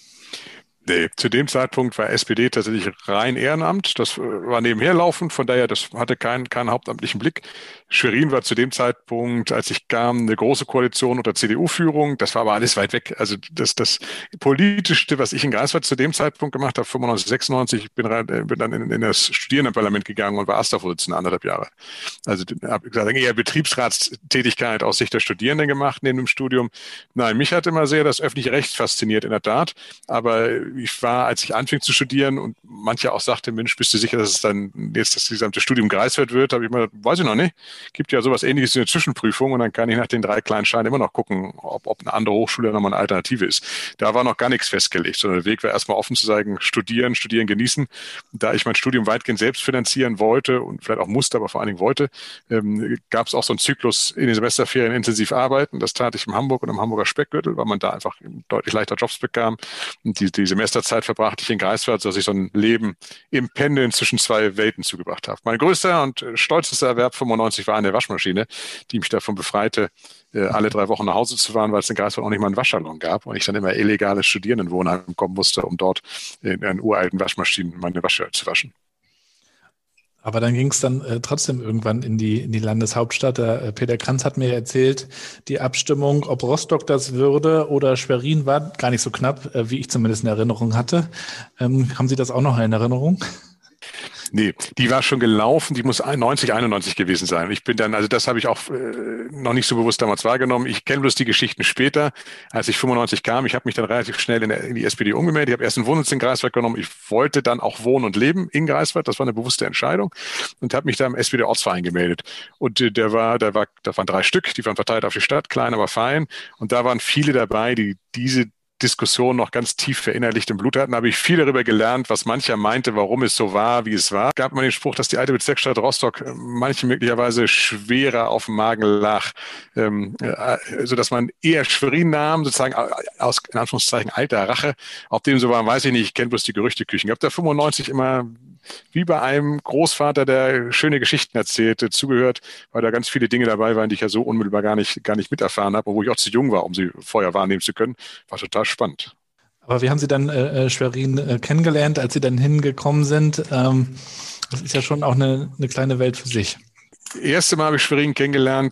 Nee, zu dem Zeitpunkt war S P D tatsächlich rein Ehrenamt. Das war nebenher laufend, von daher, das hatte keinen, keinen hauptamtlichen Blick. Schwerin war zu dem Zeitpunkt, als ich kam, eine große Koalition unter C D U-Führung. Das war aber alles weit weg. Also das, das Politischste, was ich in Greifswald zu dem Zeitpunkt gemacht habe, fünfundneunzig, sechsundneunzig, ich bin, bin dann in, in das Studierendenparlament gegangen und war AStA-Vorsitzender anderthalb Jahre. Also habe gesagt, eher Betriebsratstätigkeit aus Sicht der Studierenden gemacht neben dem Studium. Nein, mich hat immer sehr das öffentliche Recht fasziniert, in der Tat. Aber ich war, als ich anfing zu studieren und manche auch sagte, Mensch, bist du sicher, dass es dann jetzt das gesamte Studium Greifswald wird? Habe ich mal, weiß ich noch nicht. Gibt ja sowas Ähnliches wie eine Zwischenprüfung, und dann kann ich nach den drei kleinen Scheinen immer noch gucken, ob, ob eine andere Hochschule nochmal eine Alternative ist. Da war noch gar nichts festgelegt, sondern der Weg war erstmal offen zu sagen, studieren, studieren, genießen. Da ich mein Studium weitgehend selbst finanzieren wollte und vielleicht auch musste, aber vor allen Dingen wollte, ähm, gab es auch so einen Zyklus in den Semesterferien intensiv arbeiten. Das tat ich in Hamburg und im Hamburger Speckgürtel, weil man da einfach deutlich leichter Jobs bekam. Und die, die Semesterzeit verbrachte ich in Greifswald, sodass ich so ein Leben im Pendeln zwischen zwei Welten zugebracht habe. Mein größter und stolzester Erwerb fünfundneunzig war eine Waschmaschine, die mich davon befreite, alle drei Wochen nach Hause zu fahren, weil es in Greifswald auch nicht mal einen Waschsalon gab und ich dann immer illegales Studierendenwohnheim kommen musste, um dort in einen uralten Waschmaschinen meine Wäsche zu waschen. Aber dann ging es dann äh, trotzdem irgendwann in die, in die Landeshauptstadt. Der, äh, Peter Kranz hat mir erzählt, die Abstimmung, ob Rostock das würde oder Schwerin, war gar nicht so knapp, äh, wie ich zumindest in Erinnerung hatte. Ähm, haben Sie das auch noch in Erinnerung? Nee, die war schon gelaufen, die muss neunzig, einundneunzig gewesen sein. Ich bin dann, also das habe ich auch äh, noch nicht so bewusst damals wahrgenommen. Ich kenne bloß die Geschichten später, als ich fünfundneunzig kam. Ich habe mich dann relativ schnell in, der, in die S P D umgemeldet. Ich habe erst einen Wohnsitz in Greifswald genommen. Ich wollte dann auch wohnen und leben in Greifswald. Das war eine bewusste Entscheidung und habe mich da im S P D-Ortsverein gemeldet. Und äh, der war, der war, da waren drei Stück, die waren verteilt auf die Stadt, klein, aber fein. Und da waren viele dabei, die diese Diskussion noch ganz tief verinnerlicht im Blut hatten, habe ich viel darüber gelernt, was mancher meinte, warum es so war, wie es war. Es gab mal den Spruch, dass die alte Bezirksstadt Rostock manchen möglicherweise schwerer auf dem Magen lag, ähm, äh, sodass man eher Schwerin nahm, sozusagen aus, in Anführungszeichen, alter Rache. Ob dem so war, weiß ich nicht. Ich kenne bloß die Gerüchteküchen. Ich habe da fünfundneunzig immer wie bei einem Großvater, der schöne Geschichten erzählte, zugehört, weil da ganz viele Dinge dabei waren, die ich ja so unmittelbar gar nicht, gar nicht miterfahren habe, obwohl ich auch zu jung war, um sie vorher wahrnehmen zu können. War total spannend. Aber wie haben Sie dann äh, Schwerin äh, kennengelernt, als Sie dann hingekommen sind? Ähm, das ist ja schon auch eine, eine kleine Welt für sich. Das erste Mal habe ich Schwerin kennengelernt,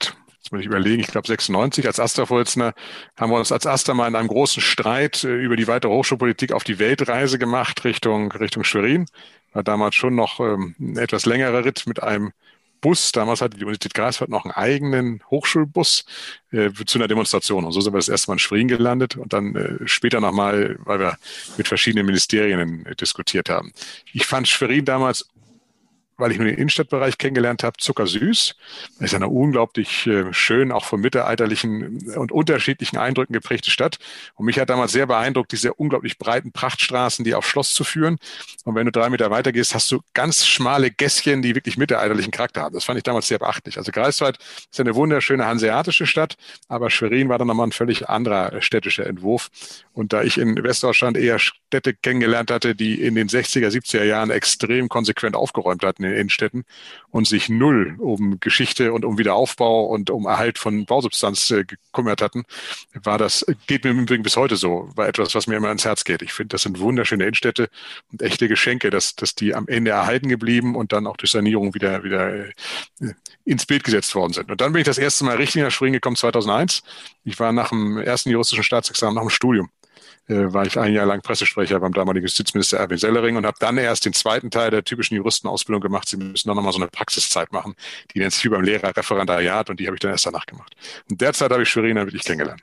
jetzt muss ich überlegen, ich glaube sechsundneunzig als AStA-Vorsitzender, haben wir uns als AStA mal in einem großen Streit äh, über die weitere Hochschulpolitik auf die Weltreise gemacht Richtung, Richtung Schwerin. War damals schon noch ähm, ein etwas längerer Ritt mit einem Bus. Damals hatte die Universität Greifswald noch einen eigenen Hochschulbus äh, zu einer Demonstration. Und so sind wir das erste Mal in Schwerin gelandet und dann äh, später nochmal, weil wir mit verschiedenen Ministerien äh, diskutiert haben. Ich fand Schwerin damals, weil ich nur den Innenstadtbereich kennengelernt habe, zuckersüß. Es ist eine unglaublich äh, schön, auch von mittelalterlichen und unterschiedlichen Eindrücken geprägte Stadt. Und mich hat damals sehr beeindruckt, diese unglaublich breiten Prachtstraßen, die aufs Schloss zu führen. Und wenn du drei Meter weiter gehst, hast du ganz schmale Gässchen, die wirklich mittelalterlichen Charakter haben. Das fand ich damals sehr beachtlich. Also Greifswald ist eine wunderschöne hanseatische Stadt, aber Schwerin war dann nochmal ein völlig anderer städtischer Entwurf. Und da ich in Westdeutschland eher Städte kennengelernt hatte, die in den sechziger, siebziger Jahren extrem konsequent aufgeräumt hatten in den Innenstädten und sich null um Geschichte und um Wiederaufbau und um Erhalt von Bausubstanz äh, gekümmert hatten, war das, geht mir im Übrigen bis heute so, war etwas, was mir immer ans Herz geht. Ich finde, das sind wunderschöne Innenstädte und echte Geschenke, dass, dass die am Ende erhalten geblieben und dann auch durch Sanierung wieder, wieder äh, ins Bild gesetzt worden sind. Und dann bin ich das erste Mal richtig nach Schwerin gekommen, zweitausendeins. Ich war nach dem ersten juristischen Staatsexamen, nach dem Studium, war ich ein Jahr lang Pressesprecher beim damaligen Justizminister Erwin Sellering und habe dann erst den zweiten Teil der typischen Juristenausbildung gemacht. Sie müssen dann nochmal so eine Praxiszeit machen. Die nennt sich wie beim Lehrer Referendariat und die habe ich dann erst danach gemacht. Und derzeit habe ich Schwerin dann wirklich kennengelernt.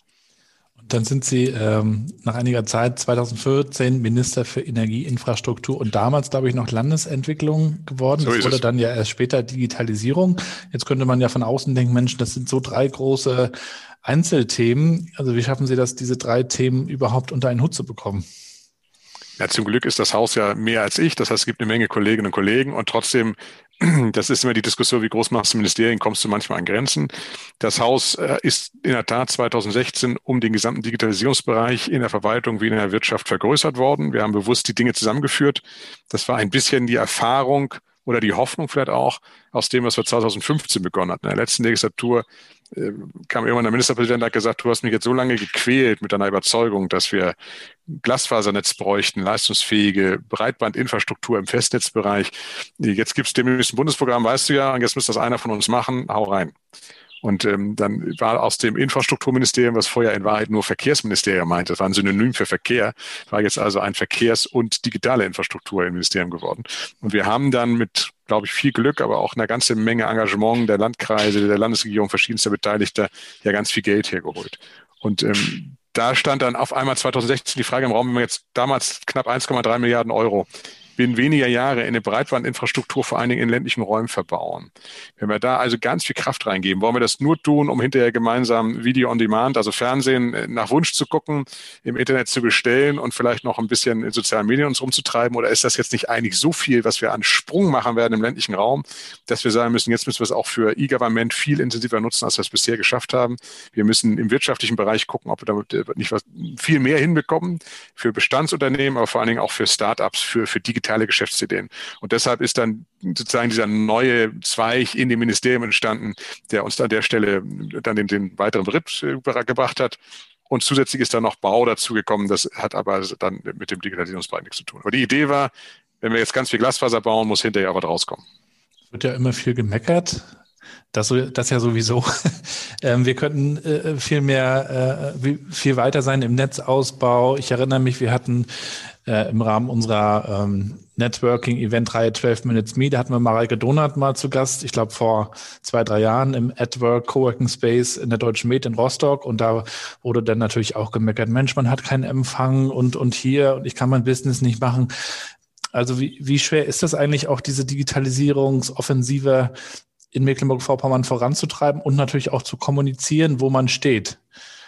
Und dann sind Sie ähm, nach einiger Zeit zweitausendvierzehn Minister für Energieinfrastruktur und damals, glaube ich, noch Landesentwicklung geworden. So das wurde es. Dann ja erst später Digitalisierung. Jetzt könnte man ja von außen denken, Mensch, das sind so drei große Einzelthemen. Also wie schaffen Sie das, diese drei Themen überhaupt unter einen Hut zu bekommen? Ja, zum Glück ist das Haus ja mehr als ich. Das heißt, es gibt eine Menge Kolleginnen und Kollegen und trotzdem, das ist immer die Diskussion, wie groß machst du Ministerien, kommst du manchmal an Grenzen. Das Haus äh, ist in der Tat zweitausendsechzehn um den gesamten Digitalisierungsbereich in der Verwaltung wie in der Wirtschaft vergrößert worden. Wir haben bewusst die Dinge zusammengeführt. Das war ein bisschen die Erfahrung oder die Hoffnung vielleicht auch aus dem, was wir zweitausendfünfzehn begonnen hatten. In der letzten Legislatur äh, kam irgendwann der Ministerpräsident und hat gesagt, du hast mich jetzt so lange gequält mit deiner Überzeugung, dass wir Glasfasernetz bräuchten, leistungsfähige Breitbandinfrastruktur im Festnetzbereich. Jetzt gibt es demnächst ein Bundesprogramm, weißt du ja, und jetzt müsste das einer von uns machen, hau rein. Und ähm, dann war aus dem Infrastrukturministerium, was vorher in Wahrheit nur Verkehrsministerium meinte, das war ein Synonym für Verkehr, war jetzt also ein Verkehrs- und digitale Infrastruktur im Ministerium geworden. Und wir haben dann mit, glaube ich, viel Glück, aber auch einer ganzen Menge Engagement der Landkreise, der Landesregierung, verschiedenster Beteiligter, ja ganz viel Geld hergeholt. Und ähm, da stand dann auf einmal zweitausendsechzehn die Frage im Raum, wenn wir jetzt damals knapp eins Komma drei Milliarden Euro binnen weniger Jahre in eine Breitbandinfrastruktur vor allen Dingen in ländlichen Räumen verbauen. Wenn wir da also ganz viel Kraft reingeben, wollen wir das nur tun, um hinterher gemeinsam Video on Demand, also Fernsehen nach Wunsch zu gucken, im Internet zu bestellen und vielleicht noch ein bisschen in sozialen Medien uns rumzutreiben? Oder ist das jetzt nicht eigentlich so viel, was wir an Sprung machen werden im ländlichen Raum, dass wir sagen müssen, jetzt müssen wir es auch für E-Government viel intensiver nutzen, als wir es bisher geschafft haben. Wir müssen im wirtschaftlichen Bereich gucken, ob wir damit nicht was viel mehr hinbekommen für Bestandsunternehmen, aber vor allen Dingen auch für Startups, für, für digitale Geschäftsideen. Und deshalb ist dann sozusagen dieser neue Zweig in dem Ministerium entstanden, der uns an der Stelle dann den, den weiteren Schritt gebracht hat. Und zusätzlich ist dann noch Bau dazugekommen. Das hat aber dann mit dem Digitalisierungsbereich nichts zu tun. Aber die Idee war, wenn wir jetzt ganz viel Glasfaser bauen, muss hinterher auch was rauskommen. Es wird ja immer viel gemeckert. Das, das ja sowieso. Wir könnten äh, viel mehr, äh, viel weiter sein im Netzausbau. Ich erinnere mich, wir hatten äh, im Rahmen unserer ähm, Networking-Event-Reihe zwölf Minutes Me, da hatten wir Mareike Donath mal zu Gast, ich glaube vor zwei, drei Jahren im AdWork Coworking Space in der Deutschen Med in Rostock. Und da wurde dann natürlich auch gemeckert, Mensch, man hat keinen Empfang und, und hier und ich kann mein Business nicht machen. Also wie, wie schwer ist das eigentlich auch, diese Digitalisierungsoffensive in Mecklenburg-Vorpommern voranzutreiben und natürlich auch zu kommunizieren, wo man steht?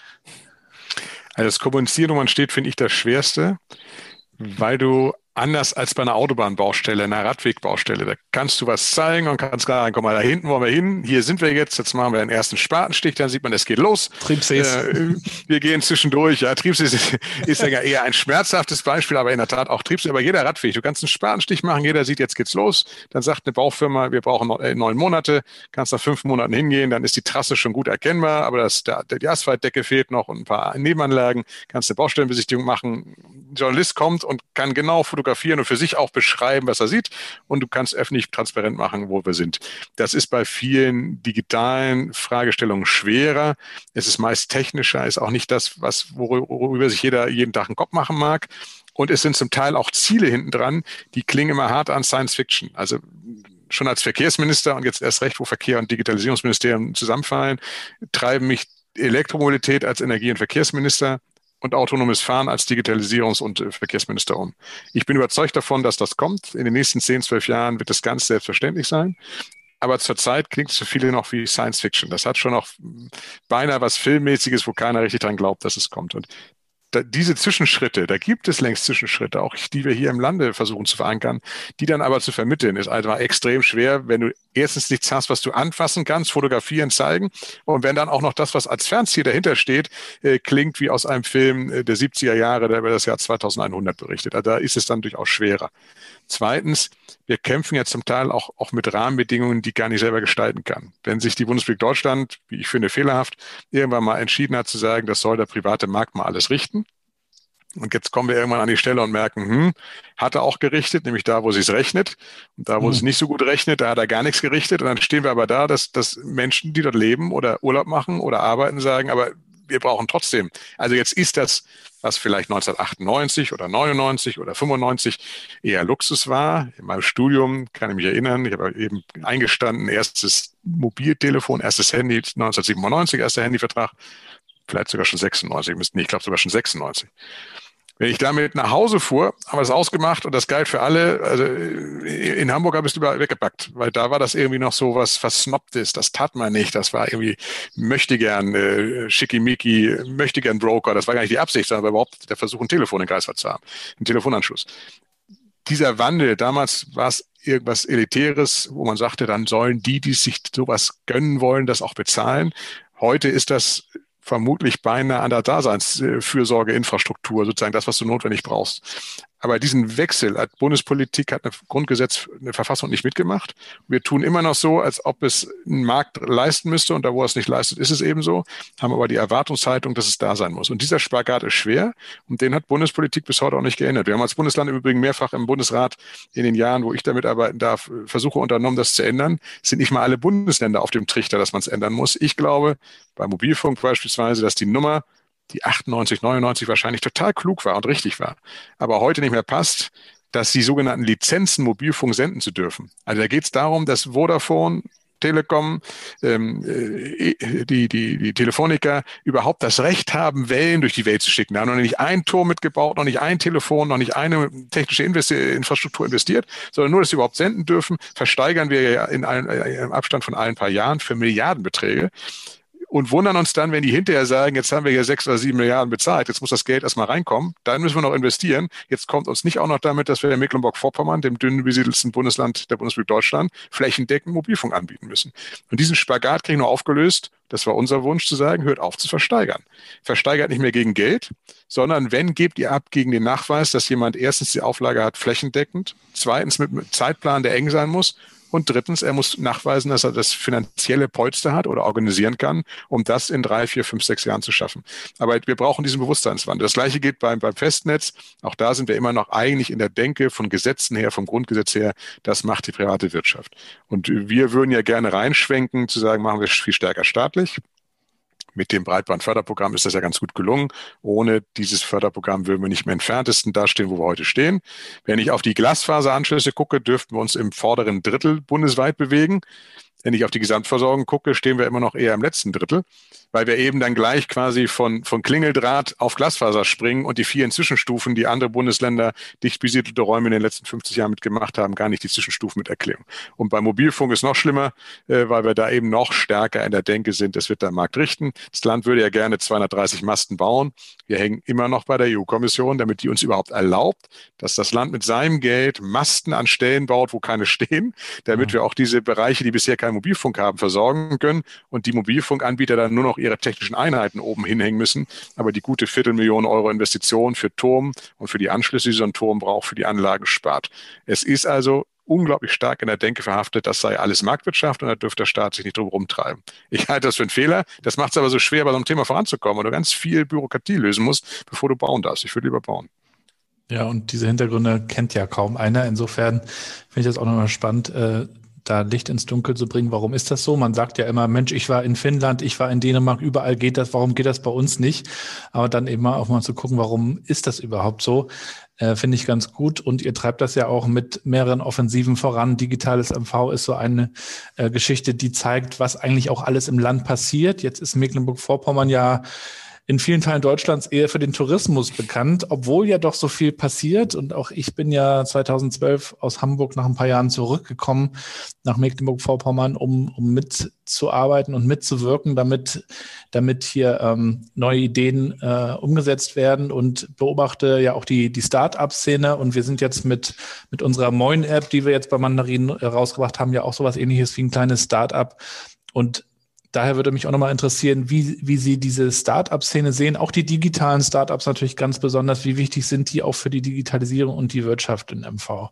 Also das Kommunizieren, wo man steht, finde ich das Schwerste, weil du anders als bei einer Autobahnbaustelle, einer Radwegbaustelle, da kannst du was zeigen und kannst sagen, komm mal, da hinten wollen wir hin, hier sind wir jetzt, jetzt machen wir den ersten Spatenstich, dann sieht man, es geht los. Triebsees. Äh, wir gehen zwischendurch, ja, Triebsees ist, ist ja eher ein schmerzhaftes Beispiel, aber in der Tat auch Triebsees, aber jeder Radweg, du kannst einen Spatenstich machen, jeder sieht, jetzt geht's los, dann sagt eine Baufirma, wir brauchen noch, äh, neun Monate, kannst nach fünf Monaten hingehen, dann ist die Trasse schon gut erkennbar, aber das, der, die Asphaltdecke fehlt noch und ein paar Nebenanlagen, kannst eine Baustellenbesichtigung machen, ein Journalist kommt und kann genau fotografieren, fotografieren und für sich auch beschreiben, was er sieht. Und du kannst öffentlich transparent machen, wo wir sind. Das ist bei vielen digitalen Fragestellungen schwerer. Es ist meist technischer, ist auch nicht das, was, worüber sich jeder jeden Tag einen Kopf machen mag. Und es sind zum Teil auch Ziele hinten dran, die klingen immer hart an Science Fiction. Also schon als Verkehrsminister und jetzt erst recht, wo Verkehr und Digitalisierungsministerium zusammenfallen, treiben mich Elektromobilität als Energie- und Verkehrsminister und autonomes Fahren als Digitalisierungs- und Verkehrsminister um. Ich bin überzeugt davon, dass das kommt. In den nächsten zehn, zwölf Jahren wird das ganz selbstverständlich sein. Aber zurzeit klingt es für viele noch wie Science Fiction. Das hat schon noch beinahe was Filmmäßiges, wo keiner richtig dran glaubt, dass es kommt. Und da, diese Zwischenschritte, da gibt es längst Zwischenschritte, auch die wir hier im Lande versuchen zu verankern, die dann aber zu vermitteln, ist einfach extrem schwer, wenn du erstens nichts hast, was du anfassen kannst, fotografieren, zeigen, und wenn dann auch noch das, was als Fernziel dahinter steht, äh, klingt wie aus einem Film äh, der siebziger Jahre, der über das Jahr zweitausendeinhundert berichtet. Also da ist es dann durchaus schwerer. Zweitens, wir kämpfen ja zum Teil auch, auch mit Rahmenbedingungen, die gar nicht selber gestalten kann. Wenn sich die Bundesrepublik Deutschland, wie ich finde fehlerhaft, irgendwann mal entschieden hat zu sagen, das soll der private Markt mal alles richten. Und jetzt kommen wir irgendwann an die Stelle und merken, hm, hat er auch gerichtet, nämlich da, wo sie es rechnet. Und da, wo mhm. es nicht so gut rechnet, da hat er gar nichts gerichtet. Und dann stehen wir aber da, dass, dass Menschen, die dort leben oder Urlaub machen oder arbeiten, sagen, aber wir brauchen trotzdem. Also jetzt ist das, was vielleicht neunzehnhundertachtundneunzig oder neunundneunzig oder fünfundneunzig eher Luxus war. In meinem Studium kann ich mich erinnern, ich habe eben eingestanden, erstes Mobiltelefon, erstes Handy, neunzehnhundertsiebenundneunzig, erster Handyvertrag, vielleicht sogar schon sechsundneunzig, nee, ich glaube sogar schon sechsundneunzig. Wenn ich damit nach Hause fuhr, haben wir das ausgemacht und das galt für alle. Also in Hamburg habe ich es überall weggepackt, weil da war das irgendwie noch so was Versnobtes. Das tat man nicht. Das war irgendwie möchte gern äh, schickimicki, möchte gern Broker. Das war gar nicht die Absicht, sondern überhaupt der Versuch, ein Telefon in Greifswald zu haben, einen Telefonanschluss. Dieser Wandel, damals war es irgendwas Elitäres, wo man sagte, dann sollen die, die sich sowas gönnen wollen, das auch bezahlen. Heute ist das vermutlich beinahe an der Daseinsfürsorgeinfrastruktur, sozusagen das, was du notwendig brauchst. Aber diesen Wechsel hat Bundespolitik, hat ein Grundgesetz, eine Verfassung nicht mitgemacht. Wir tun immer noch so, als ob es ein Markt leisten müsste, und da, wo er es nicht leistet, ist es eben so, haben aber die Erwartungshaltung, dass es da sein muss. Und dieser Spagat ist schwer, und den hat Bundespolitik bis heute auch nicht geändert. Wir haben als Bundesland im Übrigen mehrfach im Bundesrat in den Jahren, wo ich da mitarbeiten darf, Versuche unternommen, das zu ändern. Es sind nicht mal alle Bundesländer auf dem Trichter, dass man es ändern muss. Ich glaube, bei Mobilfunk beispielsweise, dass die Nummer, die achtundneunzig, neunundneunzig wahrscheinlich total klug war und richtig war, aber heute nicht mehr passt, dass die sogenannten Lizenzen Mobilfunk senden zu dürfen. Also da geht es darum, dass Vodafone, Telekom, ähm, die, die, die Telefoniker überhaupt das Recht haben, Wellen durch die Welt zu schicken. Da haben noch nicht ein Turm mitgebaut, noch nicht ein Telefon, noch nicht eine technische Investi- Infrastruktur investiert, sondern nur, dass sie überhaupt senden dürfen. Versteigern wir ja in einem, im Abstand von ein paar Jahren für Milliardenbeträge. Und wundern uns dann, wenn die hinterher sagen, jetzt haben wir hier sechs oder sieben Milliarden bezahlt, jetzt muss das Geld erstmal reinkommen, dann müssen wir noch investieren. Jetzt kommt uns nicht auch noch damit, dass wir in Mecklenburg-Vorpommern, dem dünn besiedelsten Bundesland der Bundesrepublik Deutschland, flächendeckend Mobilfunk anbieten müssen. Und diesen Spagat kriegen wir aufgelöst. Das war unser Wunsch zu sagen, hört auf zu versteigern. Versteigert nicht mehr gegen Geld, sondern wenn, gebt ihr ab gegen den Nachweis, dass jemand erstens die Auflage hat, flächendeckend, zweitens mit einem Zeitplan, der eng sein muss, und drittens, er muss nachweisen, dass er das finanzielle Polster hat oder organisieren kann, um das in drei, vier, fünf, sechs Jahren zu schaffen. Aber wir brauchen diesen Bewusstseinswandel. Das Gleiche geht beim, beim Festnetz. Auch da sind wir immer noch eigentlich in der Denke von Gesetzen her, vom Grundgesetz her, das macht die private Wirtschaft. Und wir würden ja gerne reinschwenken, zu sagen, machen wir es viel stärker staatlich. Mit dem Breitbandförderprogramm ist das ja ganz gut gelungen. Ohne dieses Förderprogramm würden wir nicht im Entferntesten dastehen, wo wir heute stehen. Wenn ich auf die Glasfaseranschlüsse gucke, dürften wir uns im vorderen Drittel bundesweit bewegen. Wenn ich auf die Gesamtversorgung gucke, stehen wir immer noch eher im letzten Drittel, weil wir eben dann gleich quasi von, von Klingeldraht auf Glasfaser springen und die vielen Zwischenstufen, die andere Bundesländer, dicht besiedelte Räume in den letzten fünfzig Jahren mitgemacht haben, gar nicht die Zwischenstufen mit erklären. Und beim Mobilfunk ist noch schlimmer, äh, weil wir da eben noch stärker in der Denke sind, es wird der Markt richten. Das Land würde ja gerne zweihundertdreißig Masten bauen. Wir hängen immer noch bei der E U-Kommission, damit die uns überhaupt erlaubt, dass das Land mit seinem Geld Masten an Stellen baut, wo keine stehen, damit mhm. wir auch diese Bereiche, die bisher keinen Mobilfunk haben, versorgen können und die Mobilfunkanbieter dann nur noch ihre technischen Einheiten oben hinhängen müssen, aber die gute Viertelmillion Euro Investition für Turm und für die Anschlüsse, die so ein Turm braucht, für die Anlagen spart. Es ist also unglaublich stark in der Denke verhaftet, das sei alles Marktwirtschaft und da dürfte der Staat sich nicht drum rumtreiben. Ich halte das für einen Fehler. Das macht es aber so schwer, bei so einem Thema voranzukommen, weil du ganz viel Bürokratie lösen musst, bevor du bauen darfst. Ich würde lieber bauen. Ja, und diese Hintergründe kennt ja kaum einer. Insofern finde ich das auch nochmal spannend, äh, da Licht ins Dunkel zu bringen. Warum ist das so? Man sagt ja immer, Mensch, ich war in Finnland, ich war in Dänemark, überall geht das. Warum geht das bei uns nicht? Aber dann eben mal auch mal zu gucken, warum ist das überhaupt so? Äh, finde ich ganz gut. Und ihr treibt das ja auch mit mehreren Offensiven voran. Digitales M V ist so eine äh, Geschichte, die zeigt, was eigentlich auch alles im Land passiert. Jetzt ist Mecklenburg-Vorpommern ja in vielen Teilen Deutschlands eher für den Tourismus bekannt, obwohl ja doch so viel passiert. Und auch ich bin ja zweitausendzwölf aus Hamburg nach ein paar Jahren zurückgekommen nach Mecklenburg-Vorpommern, um, um mitzuarbeiten und mitzuwirken, damit, damit hier ähm, neue Ideen äh, umgesetzt werden, und beobachte ja auch die, die Start-up-Szene. Und wir sind jetzt mit, mit unserer Moin-App, die wir jetzt bei Mandarin äh, rausgebracht haben, ja auch sowas Ähnliches wie ein kleines Start-up. Und daher würde mich auch nochmal interessieren, wie, wie Sie diese Start-up-Szene sehen, auch die digitalen Start-ups natürlich ganz besonders. Wie wichtig sind die auch für die Digitalisierung und die Wirtschaft in M V?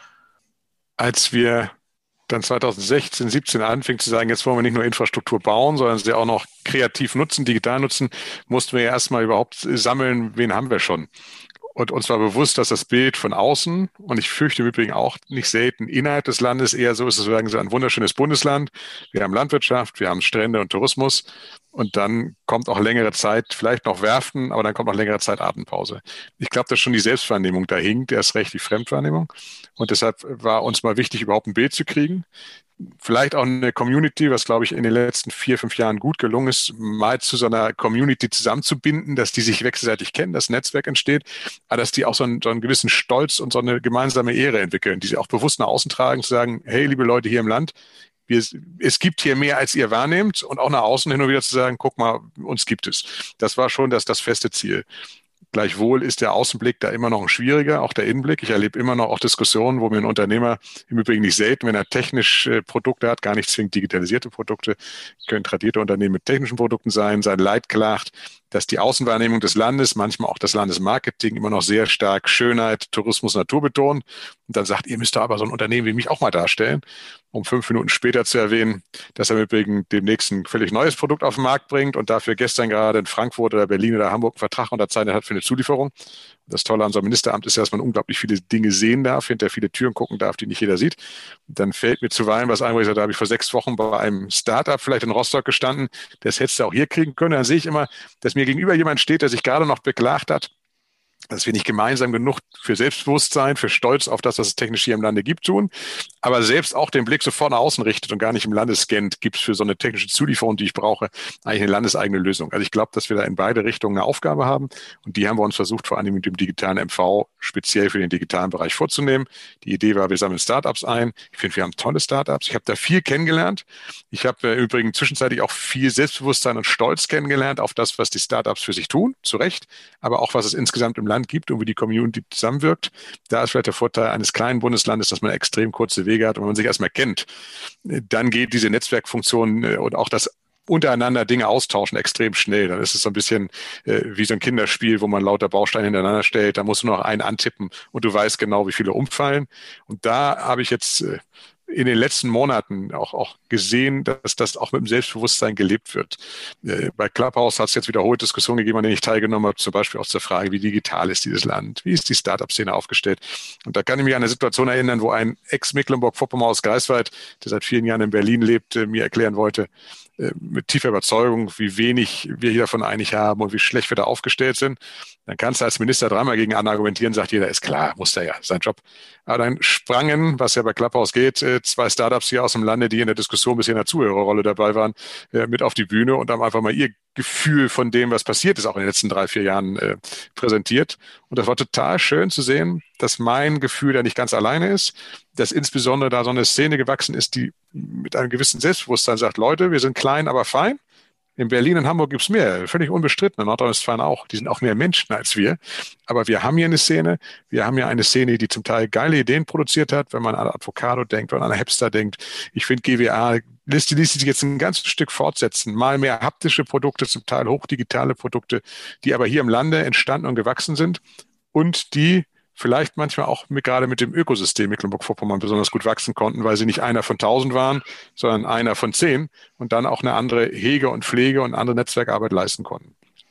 Als wir dann zweitausendsechzehn, siebzehn anfingen zu sagen, jetzt wollen wir nicht nur Infrastruktur bauen, sondern sie auch noch kreativ nutzen, digital nutzen, mussten wir ja erstmal überhaupt sammeln, wen haben wir schon. Und uns war bewusst, dass das Bild von außen, und ich fürchte im Übrigen auch nicht selten innerhalb des Landes, eher so ist, es sagen Sie, ein wunderschönes Bundesland. Wir haben Landwirtschaft, wir haben Strände und Tourismus, und dann kommt auch längere Zeit, vielleicht noch Werften, aber dann kommt noch längere Zeit Atempause. Ich glaube, dass schon die Selbstwahrnehmung da hinkt, erst recht die Fremdwahrnehmung. Und deshalb war uns mal wichtig, überhaupt ein Bild zu kriegen. Vielleicht auch eine Community, was, glaube ich, in den letzten vier, fünf Jahren gut gelungen ist, mal zu so einer Community zusammenzubinden, dass die sich wechselseitig kennen, das Netzwerk entsteht, aber dass die auch so einen, so einen gewissen Stolz und so eine gemeinsame Ehre entwickeln, die sie auch bewusst nach außen tragen, zu sagen, hey, liebe Leute hier im Land, wir, es gibt hier mehr, als ihr wahrnehmt, und auch nach außen hin und wieder zu sagen, guck mal, uns gibt es. Das war schon das, das feste Ziel. Gleichwohl ist der Außenblick da immer noch ein schwieriger, auch der Innenblick. Ich erlebe immer noch auch Diskussionen, wo mir ein Unternehmer, im Übrigen nicht selten, wenn er technisch äh, Produkte hat, gar nicht zwingend digitalisierte Produkte, können tradierte Unternehmen mit technischen Produkten sein, sein Leid klagt, dass die Außenwahrnehmung des Landes, manchmal auch das Landesmarketing, immer noch sehr stark Schönheit, Tourismus, Natur betont. Und dann sagt, ihr müsst da aber so ein Unternehmen wie mich auch mal darstellen, um fünf Minuten später zu erwähnen, dass er im Übrigen demnächst ein völlig neues Produkt auf den Markt bringt und dafür gestern gerade in Frankfurt oder Berlin oder Hamburg einen Vertrag unterzeichnet hat für eine Zulieferung. Das Tolle an so einem Ministeramt ist ja, dass man unglaublich viele Dinge sehen darf, hinter viele Türen gucken darf, die nicht jeder sieht. Und dann fällt mir zuweilen was ein, wo ich sage, da habe ich vor sechs Wochen bei einem Startup vielleicht in Rostock gestanden, das hättest du auch hier kriegen können. Dann sehe ich immer, dass mir gegenüber jemand steht, der sich gerade noch beklagt hat, dass wir nicht gemeinsam genug für Selbstbewusstsein, für Stolz auf das, was es technisch hier im Lande gibt, tun, aber selbst auch den Blick sofort nach außen richtet und gar nicht im Lande scannt, gibt es für so eine technische Zulieferung, die ich brauche, eigentlich eine landeseigene Lösung. Also ich glaube, dass wir da in beide Richtungen eine Aufgabe haben, und die haben wir uns versucht, vor allem mit dem digitalen M V speziell für den digitalen Bereich vorzunehmen. Die Idee war, wir sammeln Startups ein. Ich finde, wir haben tolle Startups. Ich habe da viel kennengelernt. Ich habe äh, übrigens zwischenzeitlich auch viel Selbstbewusstsein und Stolz kennengelernt auf das, was die Startups für sich tun, zu Recht, aber auch was es insgesamt im Land gibt und wie die Community zusammenwirkt. Da ist vielleicht der Vorteil eines kleinen Bundeslandes, dass man extrem kurze Wege hat, und wenn man sich erstmal kennt, dann geht diese Netzwerkfunktion und auch das untereinander Dinge austauschen extrem schnell. Dann ist es so ein bisschen äh, wie so ein Kinderspiel, wo man lauter Bausteine hintereinander stellt. Da musst du noch einen antippen und du weißt genau, wie viele umfallen. Und da habe ich jetzt äh, in den letzten Monaten auch, auch gesehen, dass das auch mit dem Selbstbewusstsein gelebt wird. Äh, bei Clubhouse hat es jetzt wiederholt Diskussionen gegeben, an denen ich teilgenommen habe, zum Beispiel auch zur Frage, wie digital ist dieses Land, wie ist die Startup-Szene aufgestellt. Und da kann ich mich an eine Situation erinnern, wo ein Ex-Mecklenburg-Vorpommern aus Greifswald, der seit vielen Jahren in Berlin lebt, äh, mir erklären wollte, äh, mit tiefer Überzeugung, wie wenig wir hier davon einig haben und wie schlecht wir da aufgestellt sind. Dann kannst du als Minister dreimal gegen an argumentieren, sagt jeder, ist klar, muss der ja, sein Job. Aber dann sprangen, was ja bei Clubhouse geht, zwei Startups hier aus dem Lande, die in der Diskussion bisher in der Zuhörerrolle dabei waren, mit auf die Bühne und haben einfach mal ihr Gefühl von dem, was passiert ist, auch in den letzten drei, vier Jahren äh, präsentiert. Und das war total schön zu sehen, dass mein Gefühl da nicht ganz alleine ist, dass insbesondere da so eine Szene gewachsen ist, die mit einem gewissen Selbstbewusstsein sagt, Leute, wir sind klein, aber fein. In Berlin und Hamburg gibt's mehr, völlig unbestritten, in Nordrhein-Westfalen auch. Die sind auch mehr Menschen als wir. Aber wir haben hier eine Szene, wir haben hier eine Szene, die zum Teil geile Ideen produziert hat, wenn man an Avocado denkt, wenn man an Hipster denkt. Ich finde, G W A lässt, lässt sich jetzt ein ganzes Stück fortsetzen. Mal mehr haptische Produkte, zum Teil hochdigitale Produkte, die aber hier im Lande entstanden und gewachsen sind und die vielleicht manchmal auch mit, gerade mit dem Ökosystem Mecklenburg-Vorpommern besonders gut wachsen konnten, weil sie nicht einer von tausend waren, sondern einer von zehn und dann auch eine andere Hege und Pflege und andere Netzwerkarbeit leisten konnten.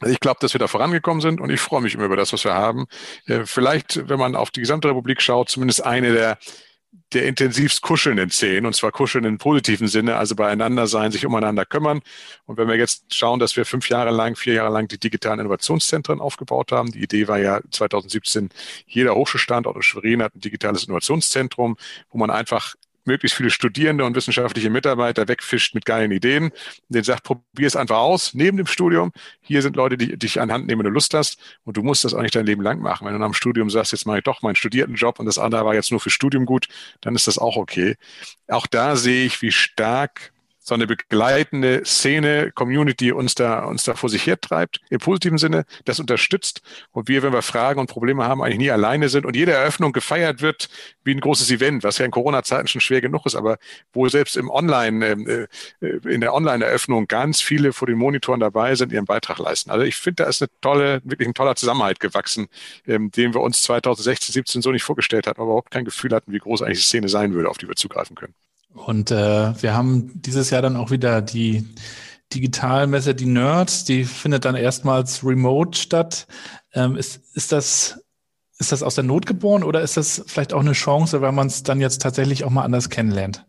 Also ich glaube, dass wir da vorangekommen sind und ich freue mich immer über das, was wir haben. Äh, vielleicht, wenn man auf die gesamte Republik schaut, zumindest eine der der intensivst kuschelnden Szenen, und zwar kuscheln im positiven Sinne, also beieinander sein, sich umeinander kümmern. Und wenn wir jetzt schauen, dass wir fünf Jahre lang, vier Jahre lang die digitalen Innovationszentren aufgebaut haben, die Idee war ja zwanzig siebzehn, jeder Hochschulstandort in Schwerin hat ein digitales Innovationszentrum, wo man einfach möglichst viele Studierende und wissenschaftliche Mitarbeiter wegfischt mit geilen Ideen. Und denen sagt, probier es einfach aus, neben dem Studium. Hier sind Leute, die dich an die Hand nehmen, wenn du Lust hast. Und du musst das auch nicht dein Leben lang machen. Wenn du nach dem Studium sagst, jetzt mache ich doch meinen Studiertenjob und das andere war jetzt nur für Studium gut, dann ist das auch okay. Auch da sehe ich, wie stark so eine begleitende Szene, Community uns da, uns da vor sich hertreibt, im positiven Sinne, das unterstützt und wir, wenn wir Fragen und Probleme haben, eigentlich nie alleine sind und jede Eröffnung gefeiert wird wie ein großes Event, was ja in Corona-Zeiten schon schwer genug ist, aber wo selbst im Online, äh, in der Online-Eröffnung ganz viele vor den Monitoren dabei sind, ihren Beitrag leisten. Also ich finde, da ist eine tolle, wirklich ein toller Zusammenhalt gewachsen, ähm, den wir uns zwanzig sechzehn, siebzehn so nicht vorgestellt hatten, aber überhaupt kein Gefühl hatten, wie groß eigentlich die Szene sein würde, auf die wir zugreifen können. Und äh, wir haben dieses Jahr dann auch wieder die Digitalmesse, die Nerds, die findet dann erstmals remote statt. Ähm, ist, ist das, ist das aus der Not geboren oder ist das vielleicht auch eine Chance, weil man es dann jetzt tatsächlich auch mal anders kennenlernt?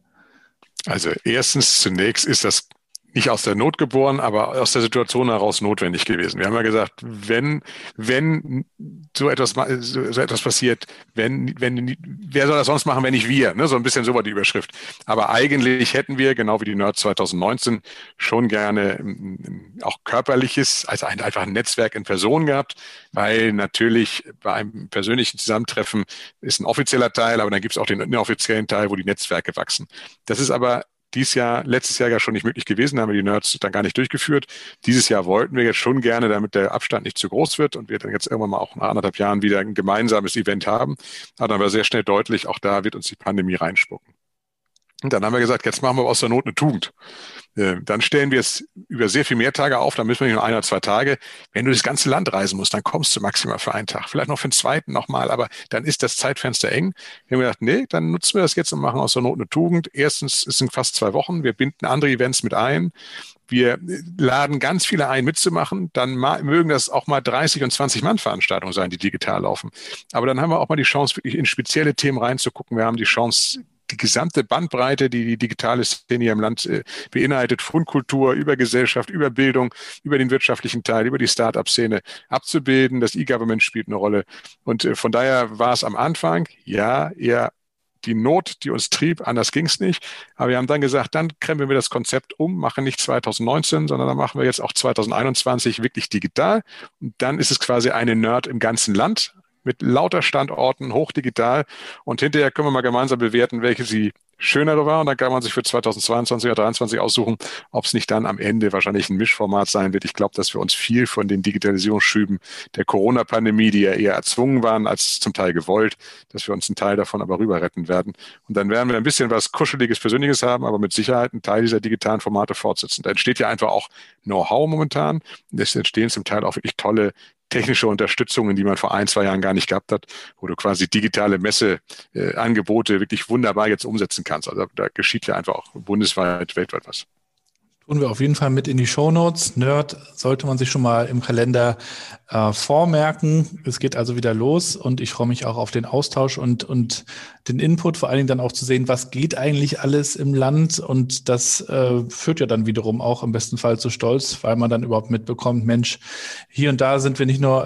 Also erstens, zunächst ist das nicht aus der Not geboren, aber aus der Situation heraus notwendig gewesen. Wir haben ja gesagt, wenn, wenn so etwas, so, so etwas passiert, wenn, wenn, wer soll das sonst machen, wenn nicht wir? Ne? So ein bisschen so war die Überschrift. Aber eigentlich hätten wir, genau wie die Nerds zwanzig neunzehn, schon gerne auch körperliches, also ein, einfach ein Netzwerk in Person gehabt, weil natürlich bei einem persönlichen Zusammentreffen ist ein offizieller Teil, aber dann gibt es auch den inoffiziellen Teil, wo die Netzwerke wachsen. Das ist aber dieses Jahr, letztes Jahr ja schon nicht möglich gewesen, haben wir die Nerds dann gar nicht durchgeführt. Dieses Jahr wollten wir jetzt schon gerne, damit der Abstand nicht zu groß wird und wir dann jetzt irgendwann mal auch nach anderthalb Jahren wieder ein gemeinsames Event haben. Aber dann war sehr schnell deutlich, auch da wird uns die Pandemie reinspucken. Und dann haben wir gesagt, jetzt machen wir aus der Not eine Tugend. Dann stellen wir es über sehr viel mehr Tage auf, dann müssen wir nicht nur ein oder zwei Tage. Wenn du das ganze Land reisen musst, dann kommst du maximal für einen Tag, vielleicht noch für den zweiten nochmal, aber dann ist das Zeitfenster eng. Wir haben gedacht, nee, dann nutzen wir das jetzt und machen aus der Not eine Tugend. Erstens, es sind fast zwei Wochen, wir binden andere Events mit ein. Wir laden ganz viele ein, mitzumachen. Dann mögen das auch mal dreißig und zwanzig Mann Veranstaltungen sein, die digital laufen. Aber dann haben wir auch mal die Chance, wirklich in spezielle Themen reinzugucken. Wir haben die Chance, die gesamte Bandbreite, die die digitale Szene hier im Land äh, beinhaltet, von Kultur über Gesellschaft, über Bildung, über den wirtschaftlichen Teil, über die Start-up-Szene abzubilden. Das E-Government spielt eine Rolle. Und äh, von daher war es am Anfang, ja, eher die Not, die uns trieb, anders ging es nicht. Aber wir haben dann gesagt, dann krempeln wir das Konzept um, machen nicht zwanzig neunzehn, sondern dann machen wir jetzt auch zwanzig einundzwanzig wirklich digital. Und dann ist es quasi eine Nerd im ganzen Land, mit lauter Standorten, hochdigital. Und hinterher können wir mal gemeinsam bewerten, welche sie schönere war. Und dann kann man sich für zwanzig zweiundzwanzig oder dreiundzwanzig aussuchen, ob es nicht dann am Ende wahrscheinlich ein Mischformat sein wird. Ich glaube, dass wir uns viel von den Digitalisierungsschüben der Corona-Pandemie, die ja eher erzwungen waren, als zum Teil gewollt, dass wir uns einen Teil davon aber rüber retten werden. Und dann werden wir ein bisschen was Kuscheliges, Persönliches haben, aber mit Sicherheit einen Teil dieser digitalen Formate fortsetzen. Da entsteht ja einfach auch Know-how momentan. Und es entstehen zum Teil auch wirklich tolle technische Unterstützungen, die man vor ein, zwei Jahren gar nicht gehabt hat, wo du quasi digitale Messeangebote äh, wirklich wunderbar jetzt umsetzen kannst. Also da geschieht ja einfach auch bundesweit, weltweit was. Tun wir auf jeden Fall mit in die Shownotes. Nerd sollte man sich schon mal im Kalender äh, vormerken. Es geht also wieder los und ich freue mich auch auf den Austausch und, und den Input, vor allen Dingen dann auch zu sehen, was geht eigentlich alles im Land, und das äh, führt ja dann wiederum auch im besten Fall zu Stolz, weil man dann überhaupt mitbekommt, Mensch, hier und da sind wir nicht nur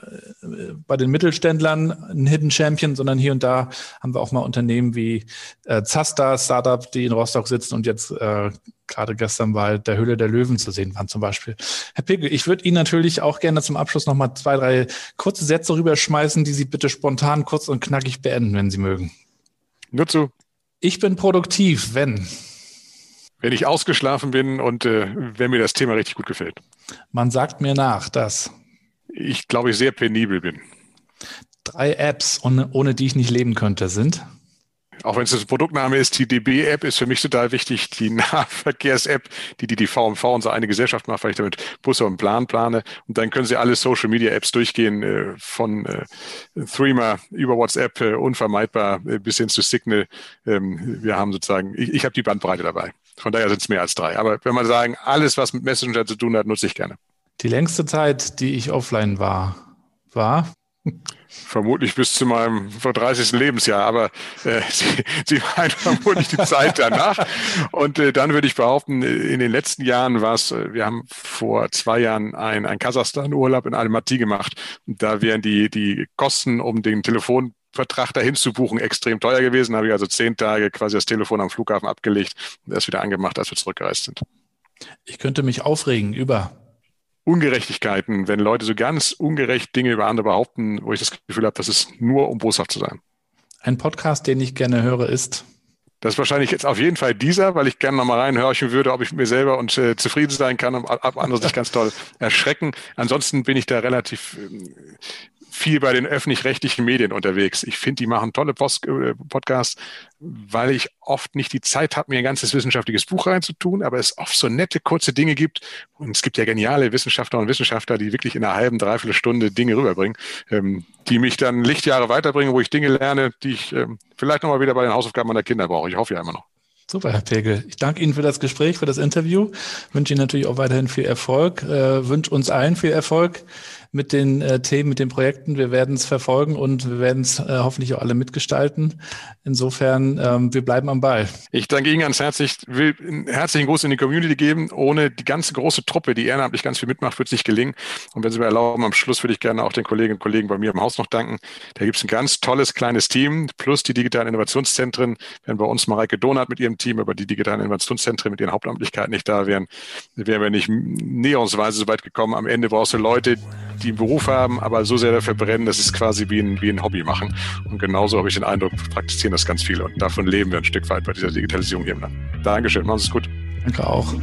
äh, bei den Mittelständlern ein Hidden Champion, sondern hier und da haben wir auch mal Unternehmen wie äh, Zasta, Startup, die in Rostock sitzen und jetzt äh, gerade gestern bei der Höhle der Löwen zu sehen waren zum Beispiel. Herr Pegel, ich würde Ihnen natürlich auch gerne zum Abschluss noch mal zwei, drei kurze Sätze rüberschmeißen, die Sie bitte spontan, kurz und knackig beenden, wenn Sie mögen. Nur zu. Ich bin produktiv, wenn? Wenn ich ausgeschlafen bin und äh, wenn mir das Thema richtig gut gefällt. Man sagt mir nach, dass ich, glaube ich, sehr penibel bin. Drei Apps, ohne, ohne die ich nicht leben könnte, sind? Auch wenn es das Produktname ist, die D B-App ist für mich total wichtig. Die Nahverkehrs-App, die, die die V M V, unsere eine Gesellschaft macht, weil ich damit Busse und Plan plane. Und dann können Sie alle Social-Media-Apps durchgehen, äh, von äh, Threema über WhatsApp, äh, unvermeidbar, äh, bis hin zu Signal. Ähm, wir haben sozusagen, ich, ich habe die Bandbreite dabei. Von daher sind es mehr als drei. Aber wenn man sagen, alles, was mit Messenger zu tun hat, nutze ich gerne. Die längste Zeit, die ich offline war, war? Vermutlich bis zu meinem dreißigsten Lebensjahr, aber äh, Sie, Sie meinen vermutlich die Zeit danach. Und äh, dann würde ich behaupten, in den letzten Jahren war es, wir haben vor zwei Jahren ein, ein Kasachstan-Urlaub in Almaty gemacht. Und da wären die, die Kosten, um den Telefonvertrag dahin zu buchen, extrem teuer gewesen. Da habe ich also zehn Tage quasi das Telefon am Flughafen abgelegt und erst wieder angemacht, als wir zurückgereist sind. Ich könnte mich aufregen über Ungerechtigkeiten, wenn Leute so ganz ungerecht Dinge über andere behaupten, wo ich das Gefühl habe, das ist nur, um boshaft zu sein. Ein Podcast, den ich gerne höre, ist? Das ist wahrscheinlich jetzt auf jeden Fall dieser, weil ich gerne nochmal reinhorchen würde, ob ich mit mir selber und äh, zufrieden sein kann und ab andere sich ganz toll erschrecken. Ansonsten bin ich da relativ äh, viel bei den öffentlich-rechtlichen Medien unterwegs. Ich finde, die machen tolle Post- äh, Podcasts, weil ich oft nicht die Zeit habe, mir ein ganzes wissenschaftliches Buch reinzutun, aber es oft so nette, kurze Dinge gibt. Und es gibt ja geniale Wissenschaftler und Wissenschaftler, die wirklich in einer halben, dreiviertel Stunde Dinge rüberbringen, ähm, die mich dann Lichtjahre weiterbringen, wo ich Dinge lerne, die ich ähm, vielleicht nochmal wieder bei den Hausaufgaben meiner Kinder brauche. Ich hoffe ja immer noch. Super, Herr Pegel. Ich danke Ihnen für das Gespräch, für das Interview. Wünsche Ihnen natürlich auch weiterhin viel Erfolg. Äh, wünsche uns allen viel Erfolg mit den äh, Themen, mit den Projekten. Wir werden es verfolgen und wir werden es äh, hoffentlich auch alle mitgestalten. Insofern, ähm, wir bleiben am Ball. Ich danke Ihnen ganz herzlich. Ich will einen herzlichen Gruß in die Community geben. Ohne die ganze große Truppe, die ehrenamtlich ganz viel mitmacht, wird es nicht gelingen. Und wenn Sie mir erlauben, am Schluss würde ich gerne auch den Kolleginnen und Kollegen bei mir im Haus noch danken. Da gibt es ein ganz tolles kleines Team, plus die digitalen Innovationszentren. Wenn bei uns Mareike Donath mit ihrem Team, aber die digitalen Innovationszentren mit ihren Hauptamtlichkeiten nicht da wären, wären wir nicht näherungsweise so weit gekommen. Am Ende brauchst du Leute, die einen Beruf haben, aber so sehr dafür brennen, dass es quasi wie ein, wie ein Hobby machen. Und genauso habe ich den Eindruck, praktizieren das ganz viele. Und davon leben wir ein Stück weit bei dieser Digitalisierung hier im Land. Dankeschön, machen Sie es gut. Danke auch.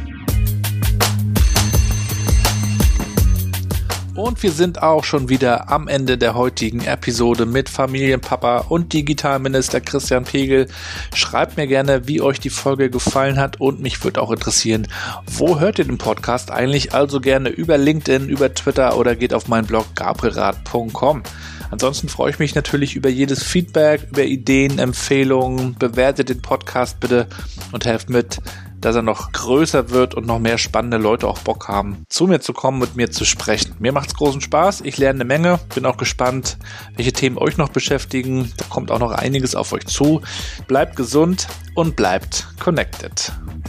Und wir sind auch schon wieder am Ende der heutigen Episode mit Familienpapa und Digitalminister Christian Pegel. Schreibt mir gerne, wie euch die Folge gefallen hat und mich würde auch interessieren, wo hört ihr den Podcast eigentlich? Also gerne über LinkedIn, über Twitter oder geht auf meinen Blog gabrielrath punkt com. Ansonsten freue ich mich natürlich über jedes Feedback, über Ideen, Empfehlungen. Bewertet den Podcast bitte und helft mit, dass er noch größer wird und noch mehr spannende Leute auch Bock haben, zu mir zu kommen, mit mir zu sprechen. Mir macht's großen Spaß, ich lerne eine Menge, bin auch gespannt, welche Themen euch noch beschäftigen. Da kommt auch noch einiges auf euch zu. Bleibt gesund und bleibt connected.